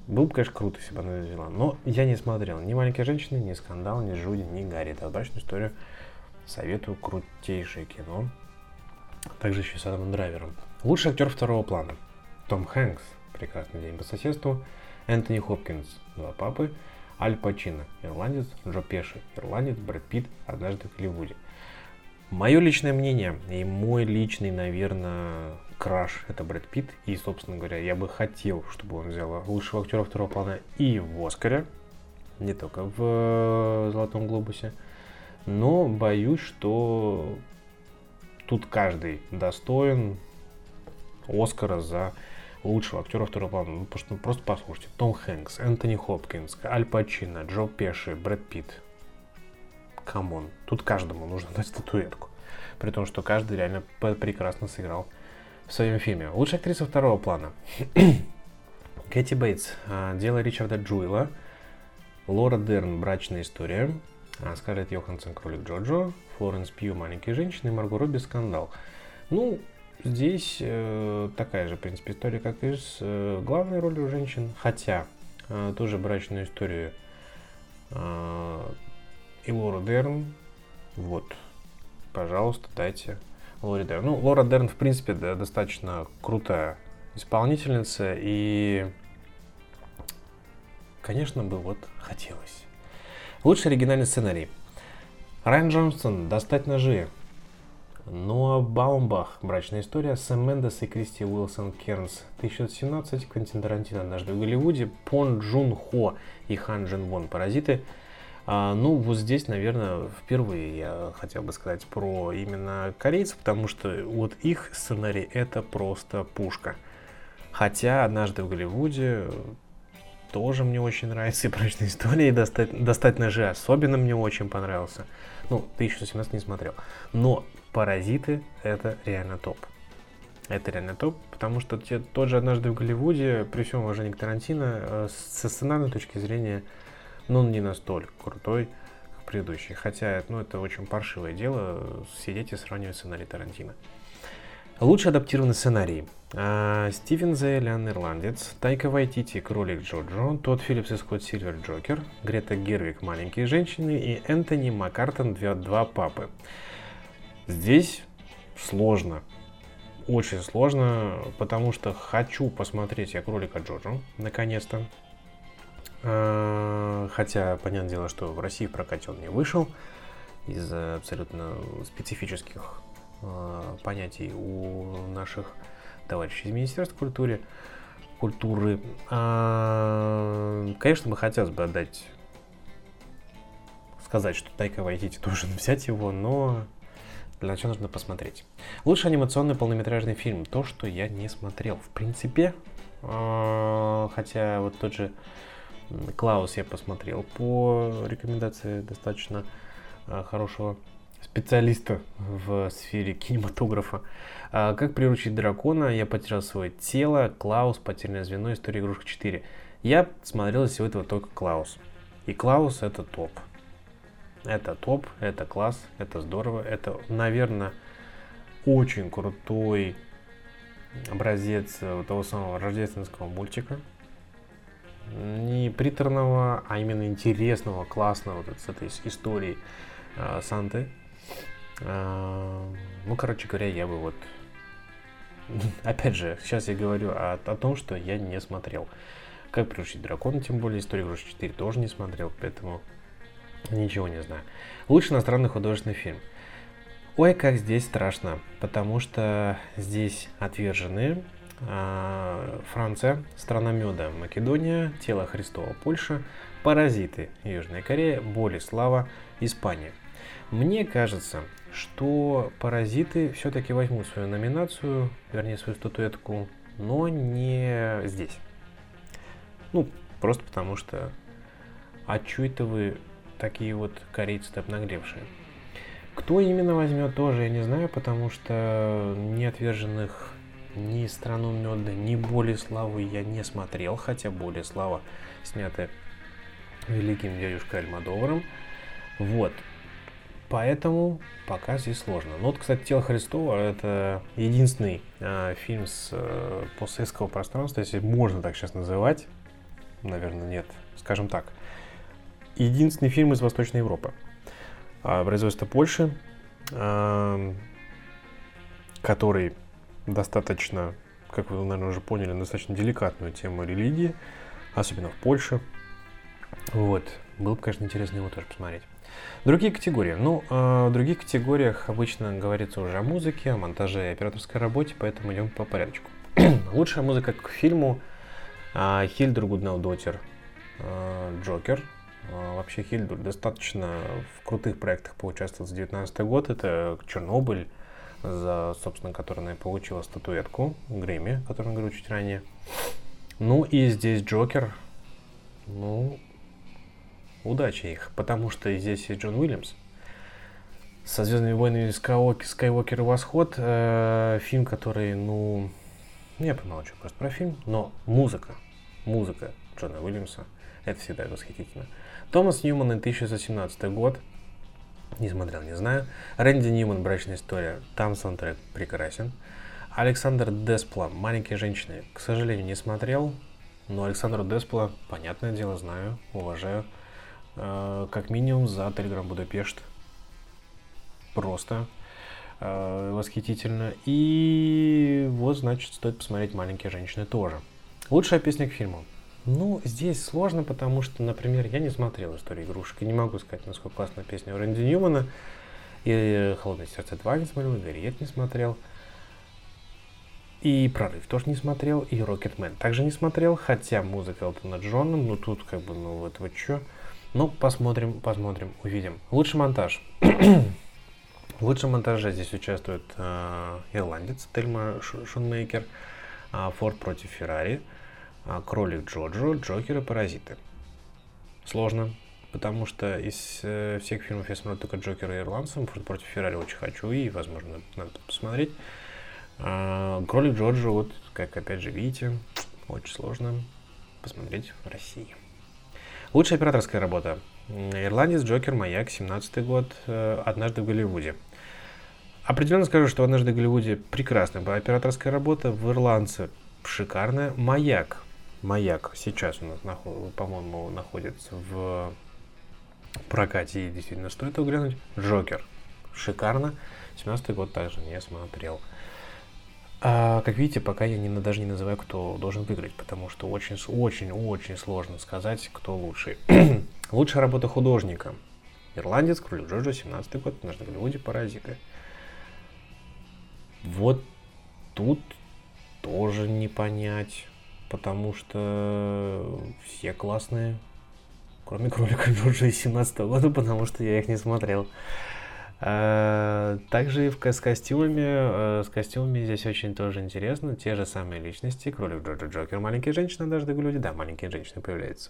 Было бы, конечно, круто, если бы она взяла. Но я не смотрел ни «Маленькие женщины», ни «Скандал», ни «Жуди», ни «Гарри». Это «Брачную историю». Советую, крутейшее кино. Также еще с Адамом Драйвером. Лучший актер второго плана. Том Хэнкс, «Прекрасный день по соседству». Энтони Хопкинс, «Два папы». Аль Пачино, ирландец. Джо Пеши, ирландец. Брэд Питт, «Однажды в Голливуде». Мое личное мнение и мой личный, наверное, краш — это Брэд Питт. И, собственно говоря, я бы хотел, чтобы он взял лучшего актера второго плана и в «Оскаре», не только в «Золотом глобусе». Но боюсь, что тут каждый достоин «Оскара» за лучшего актера второго плана. Ну, просто, просто послушайте. Том Хэнкс, Энтони Хопкинс, Аль Пачино, Джо Пеши, Брэд Питт. Камон. Тут каждому нужно дать статуэтку. При том, что каждый реально прекрасно сыграл в своем фильме. Лучшая актриса второго плана. Кэти Бейтс, «Дело Ричарда Джуэла». Лора Дерн, «Брачная история». Скарлетт Йоханссон, «Кролик Джоджо». Флоренс Пью, «Маленькие женщины». И Марго Робби, «Скандал». Ну, здесь э, такая же, в принципе, история, как и с э, главной ролью женщин. Хотя, э, тоже «Брачную историю» э, и Лору Дерн. Вот, пожалуйста, дайте Лоре Дерн. Ну, Лора Дерн, в принципе, да, достаточно крутая исполнительница. И, конечно, бы вот хотелось. Лучший оригинальный сценарий. Райан Джонсон, «Достать ножи». Ноа Баумбах, «Брачная история». Сэм Мендес и Кристи Уилсон Кернс, тысяча девятьсот семнадцать. Квентин Тарантино, «Однажды в Голливуде». Пон Джун Хо и Хан Джин Вон, «Паразиты». А, ну, вот здесь, наверное, впервые я хотел бы сказать про именно корейцев, потому что вот их сценарий — это просто пушка. Хотя «Однажды в Голливуде» тоже мне очень нравится, и «Брачная история», и достать, «Достать ножи» особенно мне очень понравился. Ну, тысяча девятьсот семнадцать не смотрел. Но «Паразиты» — это реально топ. Это реально топ, потому что те, тот же «Однажды в Голливуде», при всем уважении к Тарантино, э, со сценарной точки зрения, ну, он не настолько крутой, как предыдущий. Хотя, ну, это очень паршивое дело, сидеть и сравнивать сценарий Тарантино. Лучший адаптированный сценарий. А, Стивен Зейлиан, «Ирландец». Тайка Вайтити, «Кролик Джоджо». Тодд Филлипс и Скотт Сильвер, «Джокер». Грета Гервиг, «Маленькие женщины». И Энтони Маккартон, «Два папы». Здесь сложно. Очень сложно, потому что хочу посмотреть я «Кролика Джоджо», наконец-то. А, хотя, понятное дело, что в России в прокате он не вышел из-за абсолютно специфических понятий у наших товарищей из Министерства культуры. культуры. А, конечно, бы хотелось бы отдать, сказать, что Тайка Вайтити должен взять его, но для начала нужно посмотреть. Лучший анимационный полнометражный фильм. То, что я не смотрел. В принципе, а, хотя вот тот же «Клаус» я посмотрел по рекомендации достаточно а, хорошего специалиста в сфере кинематографа. А, «Как приручить дракона», «Я потерял свое тело», «Клаус», «Потерянное звено», «История игрушек четыре». Я смотрел из всего этого только «Клаус». И «Клаус» — это топ. Это топ, это класс, это здорово. Это, наверное, очень крутой образец того самого рождественского мультика. Не приторного, а именно интересного, классного вот с этой историей э, Санты. Э, ну, короче говоря, я бы вот... Опять же, сейчас я говорю о, о том, что я не смотрел. «Как приручить дракона», тем более «История игрушек четыре» тоже не смотрел, поэтому ничего не знаю. Лучший иностранный художественный фильм. Ой, как здесь страшно, потому что здесь «Отверженные», Франция, «Страна меда», Македония, «Тело Христова», Польша, «Паразиты», Южная Корея, «Боль и слава», Испания. Мне кажется, что «Паразиты» все-таки возьмут свою номинацию, вернее свою статуэтку, но не здесь. Ну, просто потому что, а чё это вы такие вот корейцы-то обнаглевшие? Кто именно возьмет, тоже я не знаю, потому что ни «Отверженных», ни «Страну меда», ни «Боль и славу» я не смотрел, хотя «Боль и слава» снята великим дядюшкой Альмодоваром. Вот. Поэтому пока здесь сложно. Ну вот, кстати, «Тело Христова» — это единственный э, фильм с э, постсоветского пространства, если можно так сейчас называть. наверное, нет. Скажем так. Единственный фильм из Восточной Европы. Производство Польши, который достаточно, как вы, наверное, уже поняли, достаточно деликатную тему религии, особенно в Польше. Вот. Было бы, конечно, интересно его тоже посмотреть. Другие категории. Ну, э, в других категориях обычно говорится уже о музыке, о монтаже и операторской работе, поэтому идем по порядку. Лучшая музыка к фильму э, Хильdur Гуднадотtir, э, Джокер. Э, вообще Хильdur достаточно в крутых проектах поучаствовал за девятнадцатый год. Это Чернобыль, за, собственно, который она и получила статуэтку Грэмми, о котором я говорил чуть ранее. Ну и здесь Джокер. Ну... Удачи их, потому что здесь есть Джон Уильямс со «Звездными войнами», «Скайуокер и Восход». Э, фильм, который, ну, я помолчу просто про фильм, но музыка, музыка Джона Уильямса, это всегда восхитительно. Томас Ньюман, тысяча девятьсот семнадцатый год, не смотрел, не знаю. Рэнди Ньюман, «Брачная история», там саундтрек прекрасен. Александр Деспла, «Маленькие женщины», к сожалению, не смотрел, но Александра Деспла, понятное дело, знаю, уважаю. Uh, как минимум за Telegram Будапешт. Просто uh, восхитительно. И вот, значит, стоит посмотреть «Маленькие женщины» тоже. Лучшая песня к фильму. Ну, здесь сложно, потому что, например, я не смотрел «Историю игрушек» и не могу сказать, насколько классная песня у Рэнди Ньюмана. И «Холодное сердце два» не смотрел, и «Гарриет» не смотрел. И «Прорыв» тоже не смотрел, и «Рокетмен» также не смотрел, хотя музыка Элтона Джона, ну тут как бы, ну вот вы чё. Ну, посмотрим, посмотрим, увидим. Лучший монтаж. В лучшем монтаже здесь участвует э, ирландец Тельма Шунмейкер, э, «Форд против Феррари», э, «Кролик Джоджо», «Джокер» и «Паразиты». Сложно, потому что из э, всех фильмов я смотрю только «Джокера» и «Ирландцем». «Форд против Феррари» очень хочу и, возможно, надо посмотреть. Э, «Кролик Джоджо», вот, как опять же видите, очень сложно посмотреть в России. Лучшая операторская работа. «Ирландец», «Джокер», «Маяк», семнадцатый год, «Однажды в Голливуде». Определенно скажу, что «Однажды в Голливуде» прекрасная была операторская работа, в «Ирландце» шикарная. «Маяк». «Маяк» сейчас у нас, по-моему, находится в прокате и действительно стоит его глянуть. «Джокер» шикарно. семнадцатый год также не смотрел. А, как видите, пока я не, даже не называю, кто должен выиграть, потому что очень-очень-очень сложно сказать, кто лучший. Лучшая работа художника. «Ирландец», «Кролик Джоджо», семнадцатый год, «Однажды в Голливуде», «Паразиты». Вот тут тоже не понять, потому что все классные, кроме «Кролика Джоджо» из семнадцатого года, потому что я их не смотрел. Также в, с костюмами, с костюмами здесь очень тоже интересно. Те же самые личности. Кролик Джоджо, Джокер, «Маленькие женщины», «Однажды в Голливуде». Да, маленькие женщины появляются.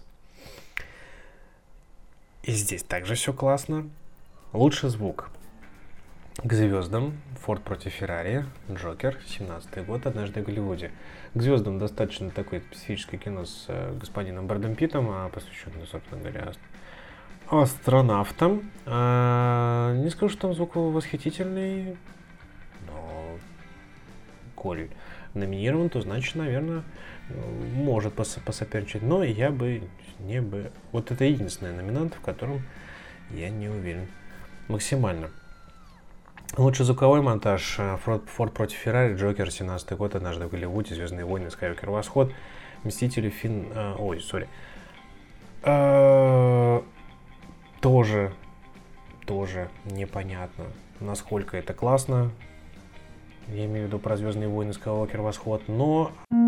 И здесь также все классно. Лучший звук. К звездам. «Форд против Феррари», «Джокер», семнадцатый год, «Однажды в Голливуде». К звездам достаточно такое специфическое кино с господином Брэдом Питтом, посвященное, собственно говоря, астронавтом. А, не скажу, что там звук восхитительный, но коль номинирован, то значит, наверное, может пос- посоперничать. Но я бы не бы... Вот это единственный номинант, в котором я не уверен максимально. Лучший звуковой монтаж. «Форд, Форд против Феррари», «Джокер», семнадцатый год, «Однажды в Голливуде», «Звездные войны», «Скайуокер и Восход», «Мстители», «Финн...» э, Ой, сори. Э, тоже, тоже непонятно, насколько это классно. Я имею в виду про «Звездные войны», «Скайуокер», «Восход», но...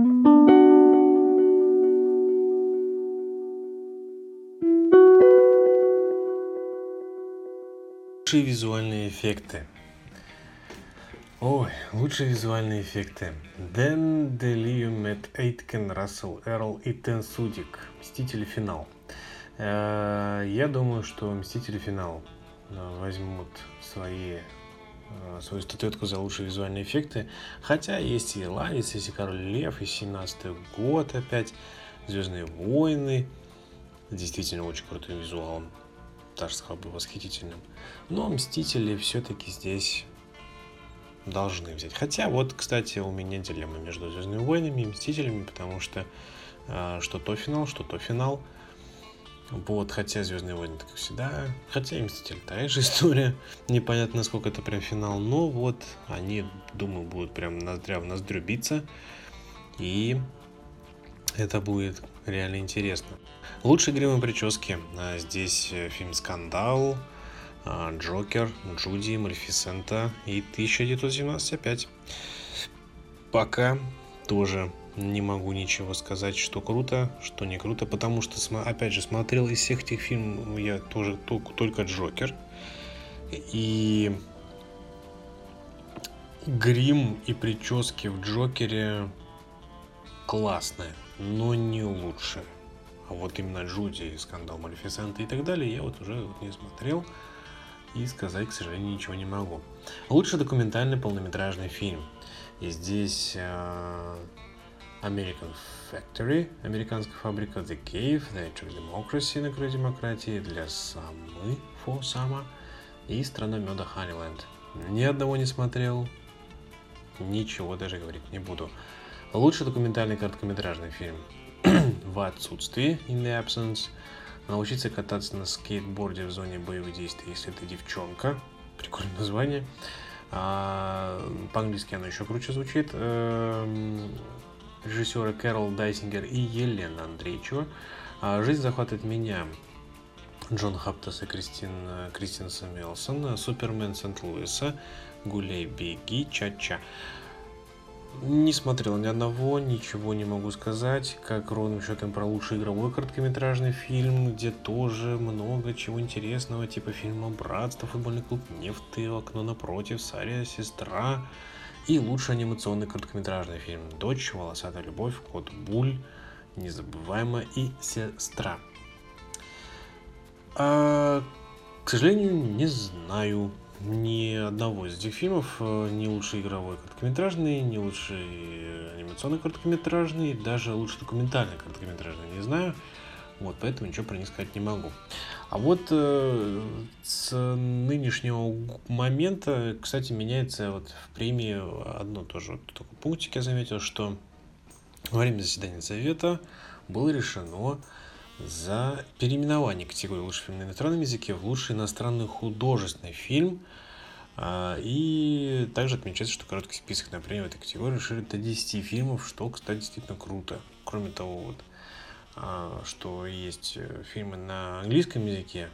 Лучшие визуальные эффекты. Ой, лучшие визуальные эффекты. Дэн Делию, Мэтт Эйткен, Рассел Эрл и Тен Судик. «Мстители. Финал». Я думаю, что «Мстители. Финал» возьмут свои, свою статуэтку за лучшие визуальные эффекты. Хотя есть и «Ирландец», есть и «Король Лев», и семнадцатый год опять, «Звездные войны». Действительно очень крутым визуалом. Даже сказал бы восхитительным. Но «Мстители» все-таки здесь должны взять. Хотя вот, кстати, у меня дилемма между «Звездными войнами» и «Мстителями», потому что что то финал, что то финал. Вот, хотя «Звездные войны», как всегда, хотя и «Мстители» та же история, непонятно, насколько это прям финал, но вот они, думаю, будут прям ноздря в ноздрю биться, и это будет реально интересно. Лучшие гримы и прически. Здесь фильм «Скандал», «Джокер», «Джуди», «Малефисента» и тысяча девятьсот семнадцать опять. Пока тоже не могу ничего сказать, что круто, что не круто, потому что, опять же, смотрел из всех этих фильмов я тоже только, только «Джокер». И грим и прически в «Джокере» классные, но не лучше. А вот именно «Джуди», «Скандал», «Малефисента» и так далее я вот уже вот не смотрел. И сказать, к сожалению, ничего не могу. Лучший документальный полнометражный фильм. И здесь э, American Factory, американская фабрика, The Cave, The Age of Democracy, на краю демократии, для Самы, For Sama, и Страна меда, Honeyland. Ни одного не смотрел, ничего даже говорить не буду. Лучший документальный короткометражный фильм. В отсутствии, In the Absence. Научиться кататься на скейтборде в зоне боевых действий, если ты девчонка. Прикольное название. А, по-английски оно еще круче звучит. А, режиссеры Кэрол Дайсингер и Елена Андрейчева. А, «Жизнь захватывает меня». Джон Хаптас и Кристин, Кристин Сэмюэлсон. «Супермен Сент-Луиса». «Гуляй, беги, ча-ча». Не смотрел ни одного, ничего не могу сказать, как ровным счетом про лучший игровой короткометражный фильм, где тоже много чего интересного, типа фильма «Братство», «Футбольный клуб Нефты», «Окно напротив», «Сария, сестра», и лучший анимационный короткометражный фильм «Дочь», «Волосатая любовь», «Кот Буль», «Незабываемая» и «Сестра». А, к сожалению, не знаю ни одного из этих фильмов, ни лучший игровой короткометражный, ни лучший анимационный короткометражный, даже лучший документальный короткометражный не знаю, вот, поэтому ничего про них сказать не могу. А вот э, с нынешнего момента, кстати, меняется вот в премии одно тоже вот такой пунктик, я заметил, что во время заседания совета было решено за переименование категории «Лучший фильм на иностранном языке» в «Лучший иностранный художественный фильм». И также отмечается, что короткий список на премию в этой категории расширит до десяти фильмов, что, кстати, действительно круто. Кроме того, вот, что есть фильмы на английском языке.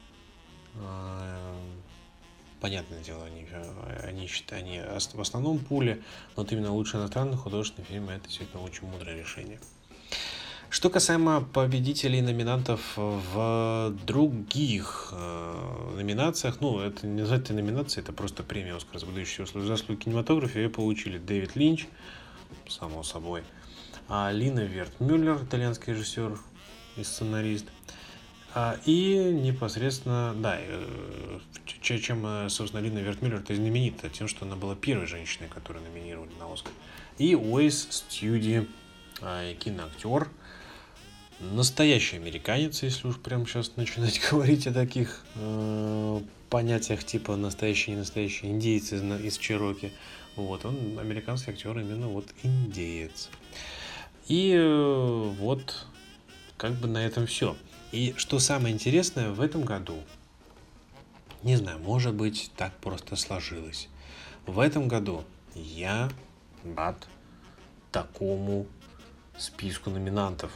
Понятное дело, они, они, они в основном пуле, но вот именно лучший иностранный художественный фильм — это действительно очень мудрое решение. Что касаемо победителей номинантов в других э, номинациях, ну, это не называется номинация, это просто премия «Оскар» за выдающиеся заслуги в кинематографе. Ее получили Дэвид Линч, само собой, а Лина Вертмюллер, итальянский режиссер и сценарист, а, и непосредственно, да, э, чем, собственно, Лина Вертмюллер-то знаменита тем, что она была первой женщиной, которую номинировали на «Оскар». И Уэйс Стьюди, э, киноактер, настоящий американец, если уж прямо сейчас начинать говорить о таких э, понятиях типа настоящий и ненастоящий индеец из, из Чероки. Вот, он американский актер, именно вот индеец. И э, вот как бы на этом все. И что самое интересное, в этом году, не знаю, может быть, так просто сложилось. В этом году я рад такому списку номинантов.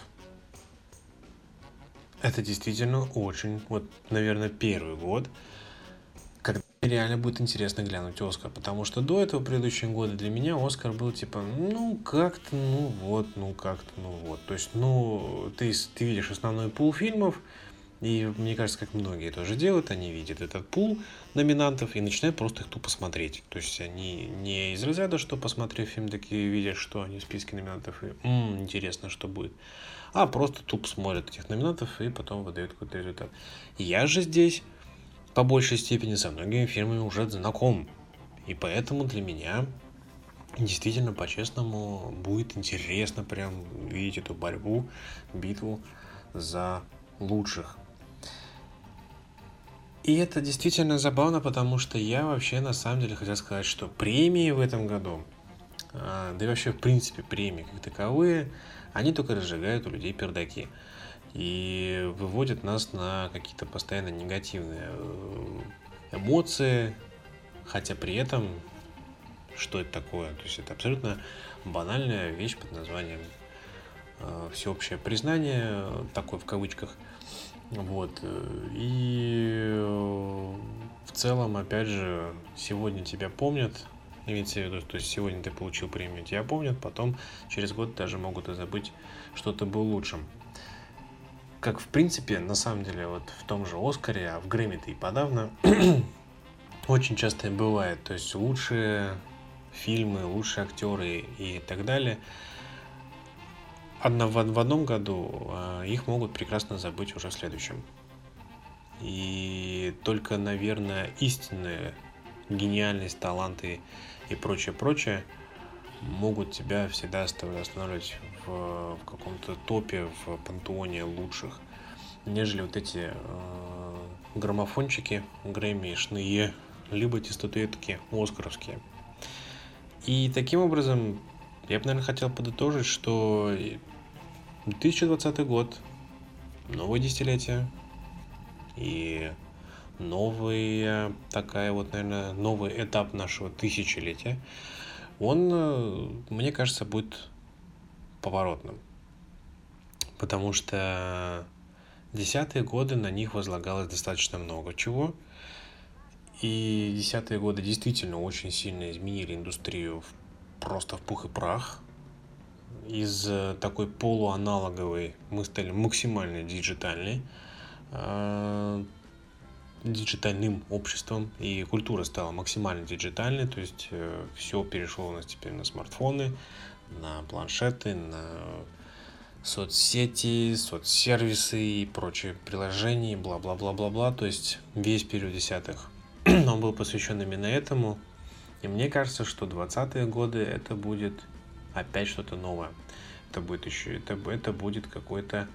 Это действительно очень, вот, наверное, первый год, когда реально будет интересно глянуть «Оскар», потому что до этого, предыдущие годы, для меня «Оскар» был типа, ну, как-то, ну, вот, ну, как-то, ну, вот. То есть, ну, ты, ты видишь основной пул фильмов, и мне кажется, как многие тоже делают, они видят этот пул номинантов и начинают просто их тупо смотреть. То есть, они не из разряда, что, посмотрев фильм, такие видят, что они в списке номинантов, и м-м, интересно, что будет. А просто тупо смотрят этих номинантов и потом выдают какой-то результат. Я же здесь по большей степени со многими фильмами уже знаком. И поэтому для меня действительно, по-честному, будет интересно прям видеть эту борьбу, битву за лучших. И это действительно забавно, потому что я вообще на самом деле хотел сказать, что премии в этом году да и вообще, в принципе, премии как таковые, они только разжигают у людей пердаки и выводят нас на какие-то постоянно негативные эмоции, хотя при этом, что это такое? То есть это абсолютно банальная вещь под названием всеобщее признание, такое в кавычках. Вот. И в целом, опять же, сегодня тебя помнят, имеется в виду, то есть сегодня ты получил премию, тебя помнят, потом через год даже могут и забыть, что ты был лучшим. Как, в принципе, на самом деле, вот в том же Оскаре, а в Грэмми-то и подавно, очень часто и бывает. То есть лучшие фильмы, лучшие актеры и так далее, одно, в, в одном году их могут прекрасно забыть уже в следующем. И только, наверное, истинная гениальность, таланты и прочее-прочее могут тебя всегда останавливать в, в каком-то топе, в пантеоне лучших, нежели вот эти э, граммофончики грэмми-шные, либо эти статуэтки оскаровские. И таким образом я бы, наверное, хотел подытожить, что две тысячи двадцатый год, новое десятилетие и новая такая вот, наверное, новый этап нашего тысячелетия, он, мне кажется, будет поворотным. Потому что десятые годы на них возлагалось достаточно много чего. И десятые годы действительно очень сильно изменили индустрию просто в пух и прах. Из такой полуаналоговой мы стали максимально диджитальной, диджитальным обществом, и культура стала максимально диджитальной, то есть э, все перешло у нас теперь на смартфоны, на планшеты, на соцсети, соцсервисы и прочие приложения, бла-бла-бла-бла-бла, то есть весь период десятых он был посвящен именно этому, и мне кажется, что двадцатые годы это будет опять что-то новое, это будет еще, это, это будет какой-то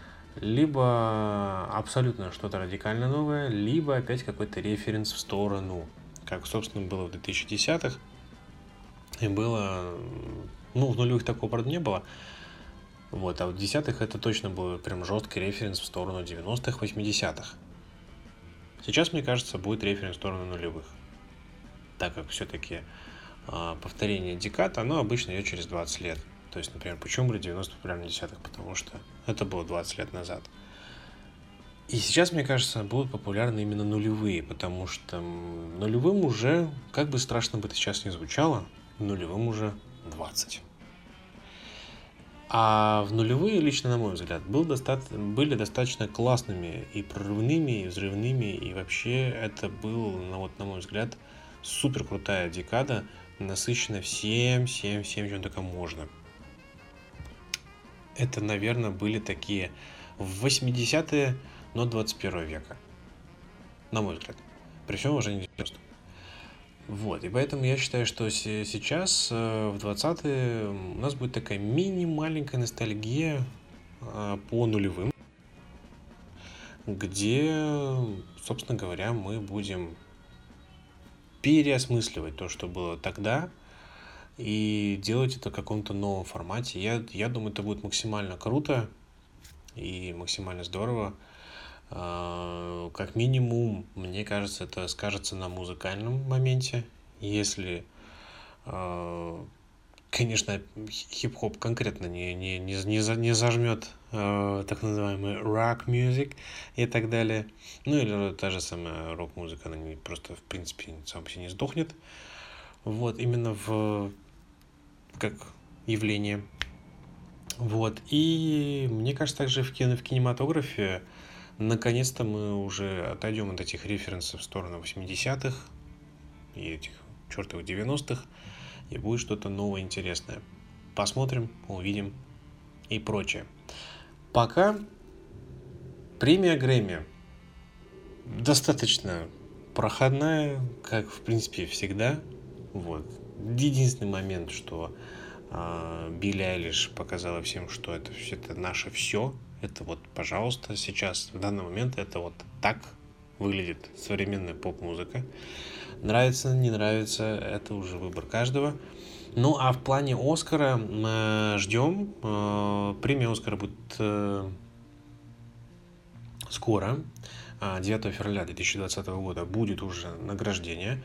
либо абсолютно что-то радикально новое, либо опять какой-то референс в сторону, как, собственно, было в двухтысячных, и было, ну, в нулевых такого, правда, не было, вот, а в десятых это точно был прям жесткий референс в сторону девяностых, восьмидесятых. Сейчас, мне кажется, будет референс в сторону нулевых, так как все-таки э, повторение декад, оно обычно идет через двадцать лет. То есть, например, почему были девяностые популярны в десятых? Потому что это было двадцать лет назад. И сейчас, мне кажется, будут популярны именно нулевые, потому что нулевым уже, как бы страшно бы это сейчас не звучало, нулевым уже двадцать. А в нулевые, лично на мой взгляд, был доста- были достаточно классными и прорывными, и взрывными, и вообще это был, ну, вот, на мой взгляд, супер крутая декада, насыщенная всем, всем, всем, чем только можно. Это, наверное, были такие восьмидесятые, но двадцать первого века, на мой взгляд, при всем уважении к девяностым. Вот, и поэтому я считаю, что сейчас, в двадцатые, у нас будет такая мини-маленькая ностальгия по нулевым, где, собственно говоря, мы будем переосмысливать то, что было тогда, и делать это в каком-то новом формате. Я, я думаю, это будет максимально круто и максимально здорово. Как минимум, мне кажется, это скажется на музыкальном моменте. Если, конечно, хип-хоп конкретно не, не, не, не зажмет так называемый rock music и так далее. Ну или та же самая рок-музыка, она не, просто в принципе сам по себе не сдохнет. Вот, именно в как явление. Вот. И мне кажется, также в, кино, в кинематографе наконец-то мы уже отойдем от этих референсов в сторону восьмидесятых и этих чертовых девяностых, и будет что-то новое, интересное. Посмотрим, увидим и прочее. Пока премия Грэмми достаточно проходная, как в принципе всегда. Вот. Единственный момент, что э, Билли Айлиш показала всем, что это, это наше все. Это вот, пожалуйста, сейчас, в данный момент, это вот так выглядит современная поп-музыка. Нравится, не нравится, это уже выбор каждого. Ну, а в плане Оскара мы ждем. Э, Премия Оскара будет э, скоро. А, девятого февраля две тысячи двадцатого года будет уже награждение.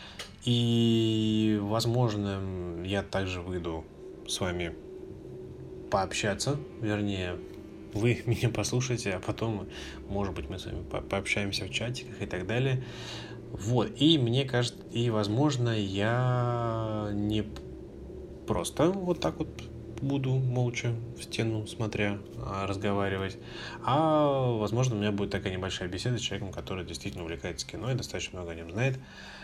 И, возможно, я также выйду с вами пообщаться. Вернее, вы меня послушаете, а потом, может быть, мы с вами по- пообщаемся в чатиках и так далее. Вот. И мне кажется, и, возможно, я не просто вот так вот буду молча в стену смотря а, разговаривать, а возможно у меня будет такая небольшая беседа с человеком, который действительно увлекается кино и достаточно много о нем знает.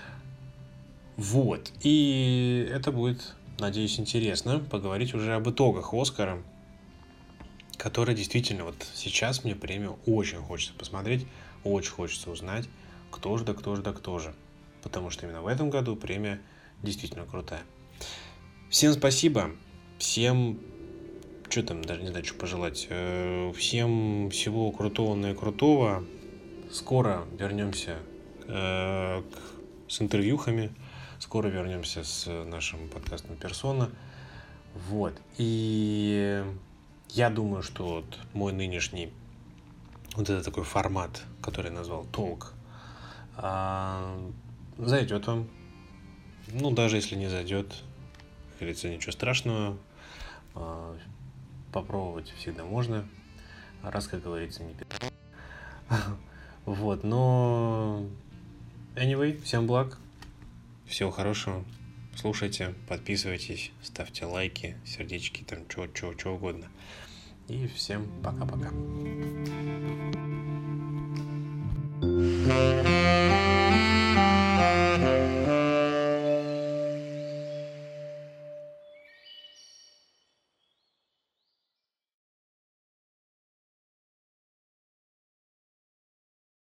Вот, и это будет, надеюсь, интересно поговорить уже об итогах Оскара, который действительно вот сейчас мне премию очень хочется посмотреть, очень хочется узнать, кто же да кто же да кто же, потому что именно в этом году премия действительно крутая. Всем спасибо, всем, что там, даже не знаю, что пожелать, всем всего крутого наикрутого. Скоро вернемся э, к, с интервьюхами, скоро вернемся с нашим подкастом «Персона». Вот, и я думаю, что вот мой нынешний, вот этот такой формат, который я назвал «Толк», э, зайдет вам. Ну, даже если не зайдет, как говорится, ничего страшного, попробовать всегда можно, раз, как говорится, не пи***. Вот, но anyway, всем благ, всего хорошего, слушайте, подписывайтесь, ставьте лайки, сердечки, там, чего, чего, чего угодно. И всем пока-пока.